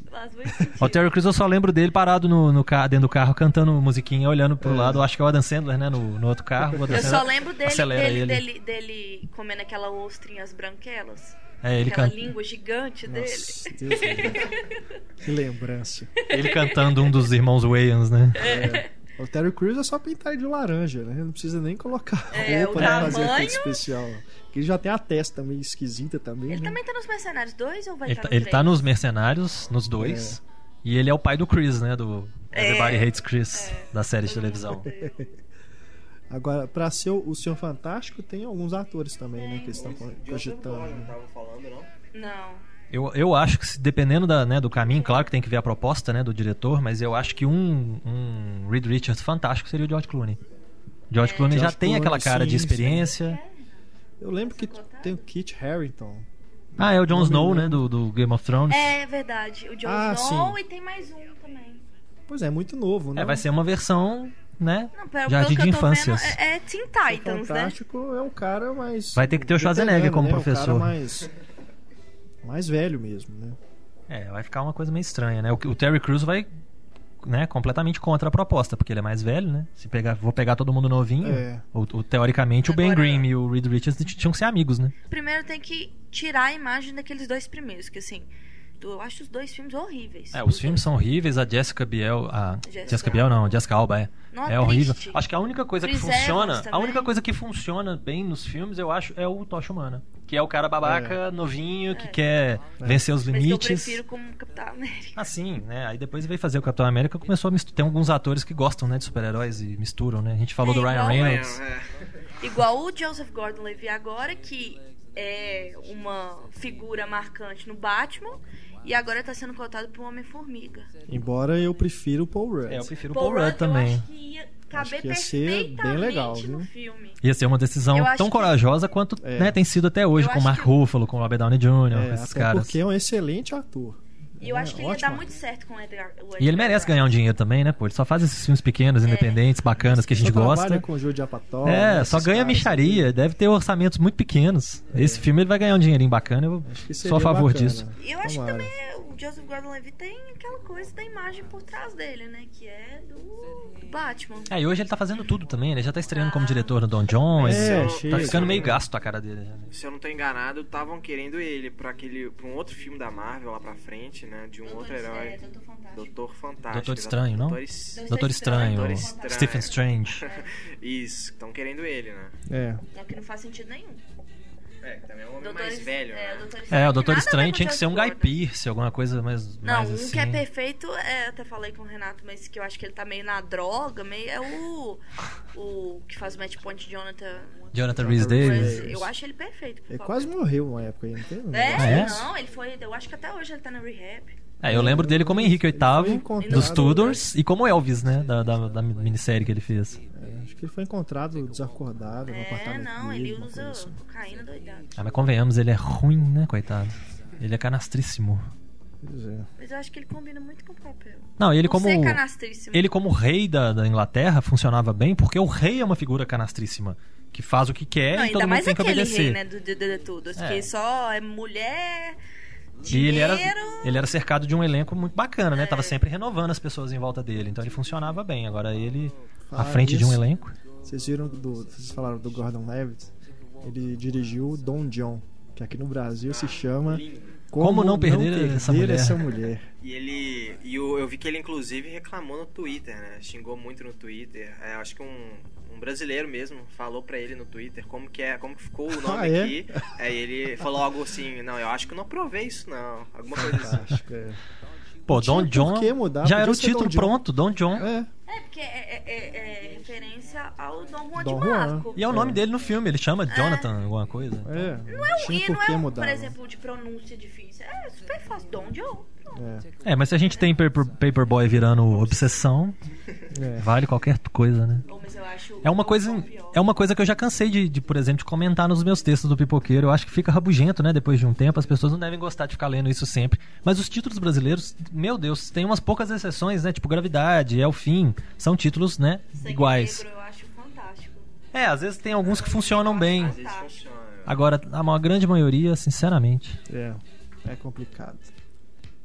Faz muito sentido. O Terry Crews eu só lembro dele parado no, no carro, dentro do carro, cantando musiquinha, olhando pro lado. Eu acho que é o Adam Sandler, né? No, no outro carro. O Adam Eu Sandler só lembro dele, acelera dele, ele. dele, dele comendo aquela ostrinhas branquelas. É, ele Aquela can- língua gigante dele. Nossa, Deus me livre. Que lembrança. Ele cantando um dos irmãos Wayans, né? É. O Terry Crews é só pintar ele de laranja, né? Não precisa nem colocar É, roupa o pra fazer tamanho- efeito especial. Porque ele já tem a testa meio esquisita também, Ele né? também tá nos Mercenários dois ou vai Ele, estar tá, no ele tá três? nos Mercenários, nos dois. E ele é o pai do Chris, né? Do Everybody É. Hates Chris, É. da série de televisão. Agora, pra ser o o Senhor Fantástico, tem alguns atores também, né? Que eles estão co- cogitando. Não né? tava falando, não? Não. Eu, eu acho que, se- dependendo da, né, do caminho, claro que tem que ver a proposta, né, do diretor, mas eu acho que um, um Reed Richards fantástico seria o George Clooney. George Clooney já George tem Clooney, aquela cara de sim, sim. experiência. Eu lembro que tem o Kit Harington. Ah, é o Jon Não me Snow, lembro. né, do, do Game of Thrones. É verdade. O Jon Ah, Snow sim. e tem mais um também. Pois é, muito novo, né? É, vai ser uma versão, né, Não, pelo, Jardim pelo que de eu tô vendo, infâncias. é, é Teen O Titans, né? Fantástico é um cara mais... Vai ter que ter o Schwarzenegger veterano, como né? Um professor. cara mais... mais velho mesmo, né? É, vai ficar uma coisa meio estranha, né? O, o Terry Crews vai, né, completamente contra a proposta, porque ele é mais velho, né? Se pegar, vou pegar todo mundo novinho. É. O, o- teoricamente, o Ben Agora- Grimm e o Reed Richards t- tinham que ser amigos, né? Primeiro tem que tirar a imagem daqueles dois primeiros, que assim, eu acho os dois filmes horríveis. É, os filmes são horríveis, a Jessica Biel, a Jessica Jessica Biel não, a Jessica Alba é. Não, É horrível. triste. Acho que a única coisa que Chris funciona, Evans a também. única coisa que funciona bem nos filmes, eu acho, é o Tocha Humana, que é o cara babaca, novinho, que quer vencer os Mas que eu limites. prefiro como Capitão América. Assim, né? Aí depois veio fazer o Capitão América, começou a misturar. Tem alguns atores que gostam, né, de super-heróis e misturam, né? A gente falou É, do Ryan igual- Reynolds. É, Igual o Joseph Gordon-Levitt agora, que é uma figura marcante no Batman, e agora tá sendo cotado pro Homem-Formiga. Embora eu prefiro o Paul Rudd. É, eu prefiro o Paul Paul Rudd Rudd, também. Eu acho que ia caber Acho que ia ser bem perfeitamente legal, no viu? filme. Ia ser uma decisão Eu acho tão que- corajosa quanto É. né, tem sido até hoje, Eu com o acho Mark que- Ruffalo, com o Robert Downey Júnior, É, com esses até caras. porque é um excelente ator. E eu É, acho que ele ia ótimo dar ator. muito certo com o Edgar. o E ele Edgar merece Wright. ganhar um dinheiro também, né, pô? Ele só faz esses filmes pequenos, independentes, bacanas, que a gente Só trabalha gosta. com o Jude Apatow. É, né, só esses ganha caras micharia, deve ter orçamentos muito pequenos. Esse filme ele vai ganhar um dinheirinho bacana, eu aí. Acho que sou a seria favor bacana. disso. E eu acho Tomara. que também o Joseph Gordon-Levitt tem aquela coisa da imagem por trás dele, né? Que é do, do Batman. É, e hoje ele tá fazendo tudo também, né? Ele já tá estreando como diretor no Don John, É, ele chega. tá ficando meio gasto a cara dele. já, né? Se eu não tô enganado, estavam querendo ele pra aquele pra um outro filme da Marvel lá pra frente, né? De um outro herói. É, Doutor Fantástico. Doutor Fantástico. Doutor Estranho, não? Doutor Es- Doutor Estranho, Doutor Estranho. Stephen Strange. Isso, estão querendo ele, né? É. É que não faz sentido nenhum. É, que também é um homem Doutor mais Es- velho, é, né? o Doutor É, o tem Doutor nada a ver Estranho com tinha que ser um Joseph Guy Gordon. Pearce, alguma coisa mais, Não, mais um assim. que é perfeito, é, até falei com o Renato, mas que eu acho que ele tá meio na droga, meio é o o que faz o match point Jonathan. Jonathan Rhys Rhys Davis. Davis. Eu acho ele perfeito. pro Ele papel. quase morreu uma época aí, não tem? Um É, negócio Ah, é? desse? não, ele foi, eu acho que até hoje ele tá na rehab. É, eu lembro dele como Henrique Ele foi oitavo encontrado- dos Tudors e como Elvis, né? Da, da, da minissérie que ele fez. É, acho que ele foi encontrado desacordado no É, apartamento não, dele, ele uma usa coisa assim. cocaína doidado. Ah, mas convenhamos, ele é ruim, né, coitado? Ele é canastríssimo. Pois é. Mas eu acho que ele combina muito com o papel. Não, e ele Não como ser canastríssimo. ele como rei da, da Inglaterra funcionava bem, porque o rei é uma figura canastríssima que faz o que quer Não, e todo ainda mundo mais tem que aquele obedecer. rei, né, do, do, do, tudo. É. Que só é mulher, E dinheiro... ele era, ele era cercado de um elenco muito bacana, né? É. Tava sempre renovando as pessoas em volta dele. Então ele funcionava bem. Agora ele, à Ah, frente de um isso. elenco. Vocês viram do. Vocês falaram do Gordon Levitt? Ele dirigiu Don John, que aqui no Brasil se chama Como Não Perder Essa Mulher. Essa Mulher. E ele. E eu, eu vi que ele inclusive reclamou no Twitter, né? Xingou muito no Twitter. É, acho que um, um brasileiro mesmo falou pra ele no Twitter como que é, como que ficou o nome Ah, é? aqui. Aí ele falou algo assim, não, eu acho que eu não aprovei isso, não. Alguma coisa assim. Acho que é. Pô, Não tinha Don por John que mudar, já podia era o ser título Don John. pronto, Don John. É, É, porque é, é- é- é referência ao Dom Juan Dom de Juan. Marco. E é o nome É. dele no filme, ele chama Jonathan alguma coisa. é. Não é, um- tinha e por não que é, um, mudar. por né? exemplo, de pronúncia difícil. É super fácil. Dom John. É, É, mas se a gente tem Paper, Paperboy virando obsessão, é. vale qualquer coisa, né? Ou, mas eu acho É uma o coisa, Dom pior. é uma coisa que eu já cansei de, de, por exemplo, de comentar nos meus textos do Pipoqueiro. Eu acho que fica rabugento, né? Depois de um tempo, as pessoas não devem gostar de ficar lendo isso sempre. Mas os títulos brasileiros, meu Deus, tem umas poucas exceções, né? Tipo Gravidade, É o Fim. São títulos, né? Sangue Iguais. Negro eu acho fantástico. É, às vezes tem alguns que funcionam bem. Às vezes funciona. Agora, a maior grande maioria, sinceramente. É, é complicado.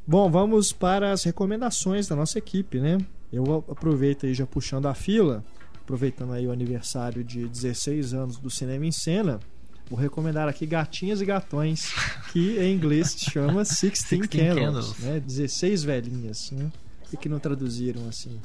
Bom, vamos para as recomendações da nossa equipe, né? Eu aproveito aí já puxando a fila, aproveitando aí o aniversário de dezesseis anos do Cinema em Cena, vou recomendar aqui Gatinhas e Gatões, que em inglês se chama Sixteen Candles, Candles. Né? dezesseis velhinhas, né? E que não traduziram assim.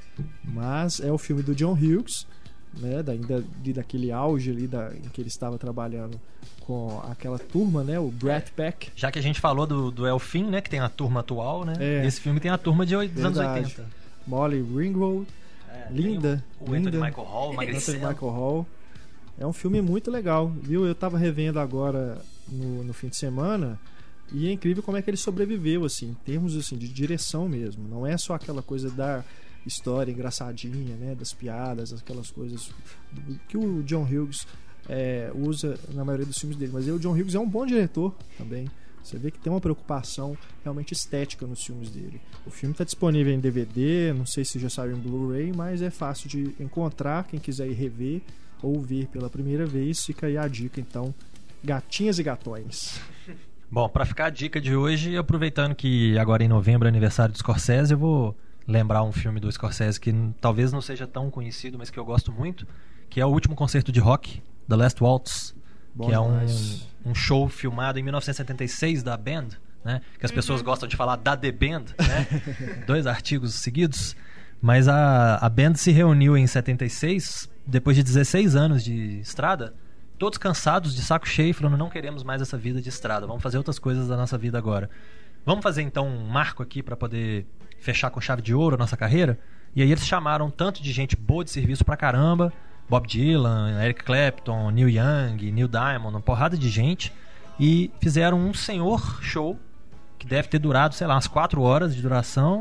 Mas é o filme do John Hughes, né? Da, ainda de, daquele auge ali da, em que ele estava trabalhando com aquela turma, né? O Brat Pack. Já que a gente falou do, do Elfim, né? Que tem a turma atual, né? É. Esse filme tem a turma de, dos anos oitenta. Molly Ringwald, é, linda. O linda. Anthony Michael Hall, Anthony Michael Hall. É um filme muito legal, viu? Eu tava revendo agora no, no fim de semana e é incrível como é que ele sobreviveu, assim, em termos assim, de direção mesmo. Não é só aquela coisa da história engraçadinha, né? Das piadas, aquelas coisas que o John Hughes é, usa na maioria dos filmes dele. Mas o John Hughes é um bom diretor também. Você vê que tem uma preocupação realmente estética nos filmes dele. O filme está disponível em D V D, não sei se já saiu em Blu-ray, mas é fácil de encontrar. Quem quiser ir rever ou ver pela primeira vez, fica aí a dica, então, Gatinhas e Gatões. Bom, para ficar a dica de hoje, aproveitando que agora em novembro é aniversário do Scorsese, eu vou lembrar um filme do Scorsese que talvez não seja tão conhecido, mas que eu gosto muito, que é O Último Concerto de Rock, The Last Waltz. Bom que demais. é um, um show filmado em mil novecentos e setenta e seis da Band, né? Que as pessoas uhum. gostam de falar da The Band, né? Dois artigos seguidos. Mas a, a Band se reuniu em setenta e seis, depois de dezesseis anos de estrada, todos cansados, de saco cheio, falando: não queremos mais essa vida de estrada, vamos fazer outras coisas da nossa vida agora. Vamos fazer então um marco aqui para poder fechar com chave de ouro a nossa carreira? E aí eles chamaram tanto de gente boa de serviço pra caramba, Bob Dylan, Eric Clapton, Neil Young, Neil Diamond, uma porrada de gente, e fizeram um senhor show que deve ter durado, sei lá, umas quatro horas de duração,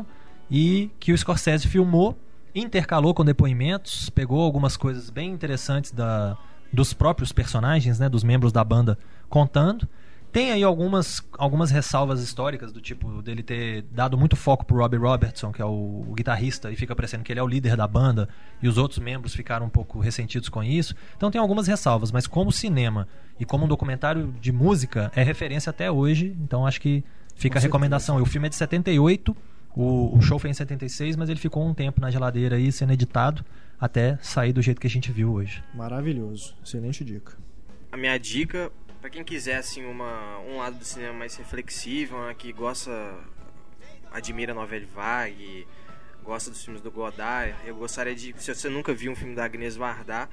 e que o Scorsese filmou, intercalou com depoimentos, pegou algumas coisas bem interessantes da, dos próprios personagens, né, dos membros da banda contando. Tem aí algumas, algumas ressalvas históricas, do tipo dele ter dado muito foco pro Robbie Robertson, que é o, o guitarrista, e fica parecendo que ele é o líder da banda, e os outros membros ficaram um pouco ressentidos com isso. Então tem algumas ressalvas, mas como cinema e como um documentário de música, é referência até hoje, então acho que fica a recomendação. O filme é de setenta e oito, o, o show foi em setenta e seis, mas ele ficou um tempo na geladeira aí, sendo editado, até sair do jeito que a gente viu hoje. Maravilhoso, excelente dica. A minha dica, pra quem quiser assim, uma, um lado do cinema mais reflexivo, né, que gosta, admira a Nouvelle Vague, gosta dos filmes do Godard, eu gostaria de, se você nunca viu um filme da Agnès Varda,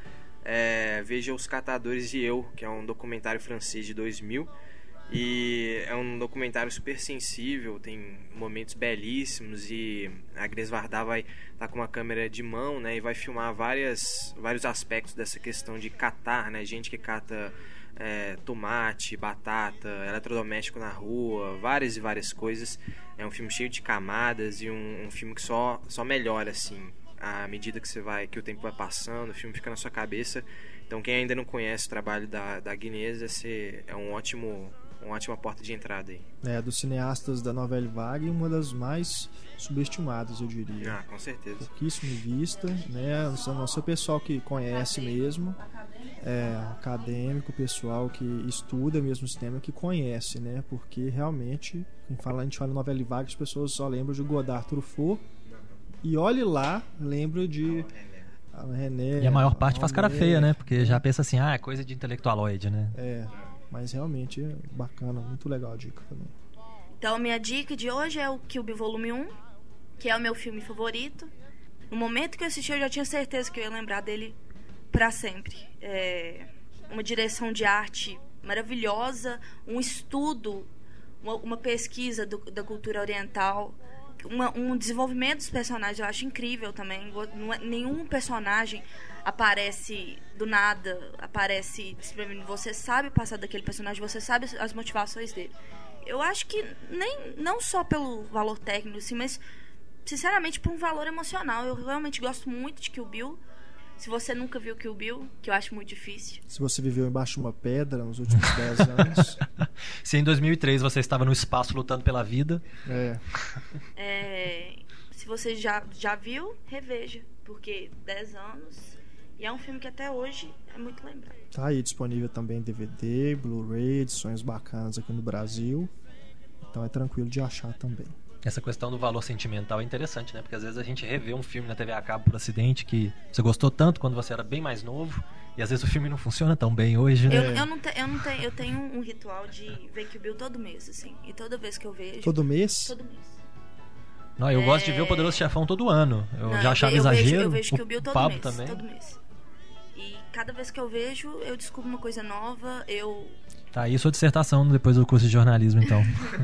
é, veja Os Catadores e Eu, que é um documentário francês de dois mil, e é um documentário super sensível, tem momentos belíssimos, e a Agnès Varda vai estar tá com uma câmera de mão, né, e vai filmar várias, vários aspectos dessa questão de catar, né, gente que cata é, tomate, batata, eletrodoméstico na rua, várias e várias coisas. É um filme cheio de camadas e um, um filme que só, só melhora assim à medida que você vai, que o tempo vai passando, o filme fica na sua cabeça. Então quem ainda não conhece o trabalho da, da Agnès, esse é um ótimo, uma ótima porta de entrada aí. É, dos cineastas da Nouvelle Vague, uma das mais subestimadas, eu diria. Ah, com certeza. Pouquíssimo vista, né? Não só o pessoal que conhece mesmo, é, acadêmico, pessoal que estuda mesmo o cinema, que conhece, né? Porque realmente, quem fala, a gente fala em Nouvelle Vague, as pessoas só lembram de Godard, Truffaut, e olhe lá, lembro de René. E a maior parte faz cara feia, né? Porque já pensa assim, ah, é coisa de intelectualoide, né? É, mas realmente é bacana, muito legal a dica também. Então, minha dica de hoje é o Kill Bill Volume um, que é o meu filme favorito. No momento que eu assisti, eu já tinha certeza que eu ia lembrar dele pra sempre. É uma direção de arte maravilhosa, um estudo, uma, uma pesquisa do, da cultura oriental, uma, um desenvolvimento dos personagens, eu acho incrível também. Nenhum personagem aparece do nada, aparece desprevenido. Você sabe o passado daquele personagem, você sabe as motivações dele. Eu acho que nem, não só pelo valor técnico, assim, mas sinceramente por um valor emocional. Eu realmente gosto muito de Kill Bill. Se você nunca viu Kill Bill, que eu acho muito difícil. Se você viveu embaixo de uma pedra nos últimos dez anos. Se em dois mil e três você estava no espaço lutando pela vida. É. É, se você já, já viu, reveja. Porque dez anos. E é um filme que até hoje é muito lembrado. Tá aí disponível também D V D, Blu-ray, edições bacanas aqui no Brasil. Então é tranquilo de achar também. Essa questão do valor sentimental é interessante, né? Porque às vezes a gente revê um filme na T V a cabo por acidente que você gostou tanto quando você era bem mais novo, e às vezes o filme não funciona tão bem hoje, né? Eu, eu, não, te, eu, não tenho, eu tenho um ritual de ver Kill Bill todo mês, assim. E toda vez que eu vejo... Todo mês? Todo mês. Não, eu É... gosto de ver o Poderoso Chefão todo ano. Eu não, já achava eu exagero. Vejo, eu vejo Kill Bill o todo Pablo mês, também. todo mês. E cada vez que eu vejo, eu descubro uma coisa nova, eu... Tá aí sua dissertação depois do curso de jornalismo, então.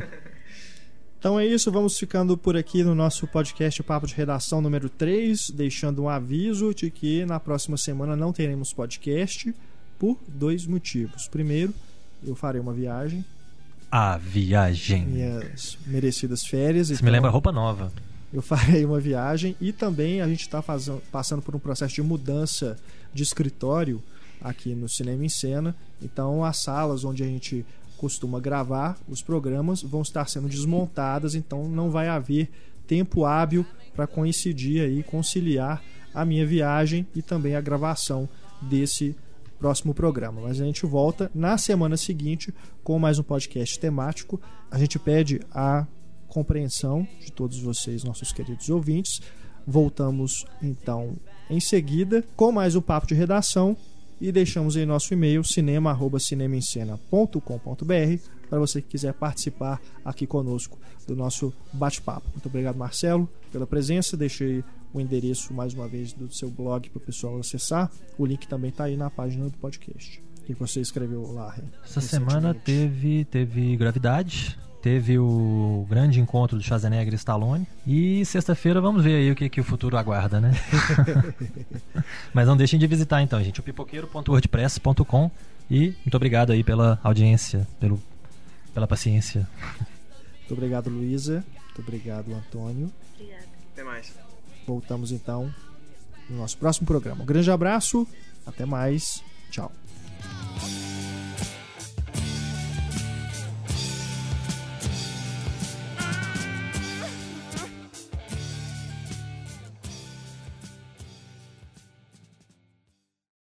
Então é isso, vamos ficando por aqui no nosso podcast Papo de Redação número três, deixando um aviso de que na próxima semana não teremos podcast por dois motivos. Primeiro, eu farei uma viagem. A viagem. Minhas merecidas férias. Isso então, me lembra roupa nova. Eu farei uma viagem e também a gente está passando por um processo de mudança de escritório aqui no Cinema em Cena. Então as salas onde a gente costuma gravar os programas vão estar sendo desmontadas, então não vai haver tempo hábil para coincidir aí, conciliar a minha viagem e também a gravação desse próximo programa. Mas a gente volta na semana seguinte com mais um podcast temático. A gente pede a compreensão de todos vocês, nossos queridos ouvintes. Voltamos então em seguida com mais um Papo de Redação. E deixamos aí nosso e-mail cinema arroba cinemaencena ponto com ponto b r para você que quiser participar aqui conosco do nosso bate-papo. Muito obrigado, Marcelo, pela presença. Deixei o endereço mais uma vez do seu blog para o pessoal acessar. O link também está aí na página do podcast. O que você escreveu lá, Ren? Essa semana teve, teve Gravidade, teve o grande encontro do Schwarzenegger e Stallone, e sexta-feira vamos ver aí o que, que o futuro aguarda, né? Mas não deixem de visitar então, gente, o pipoqueiro ponto wordpress ponto com, e muito obrigado aí pela audiência, pelo, pela paciência. Muito obrigado, Luísa. Muito obrigado, Antônio. Obrigada. Até mais. Voltamos então no nosso próximo programa. Um grande abraço, até mais, tchau.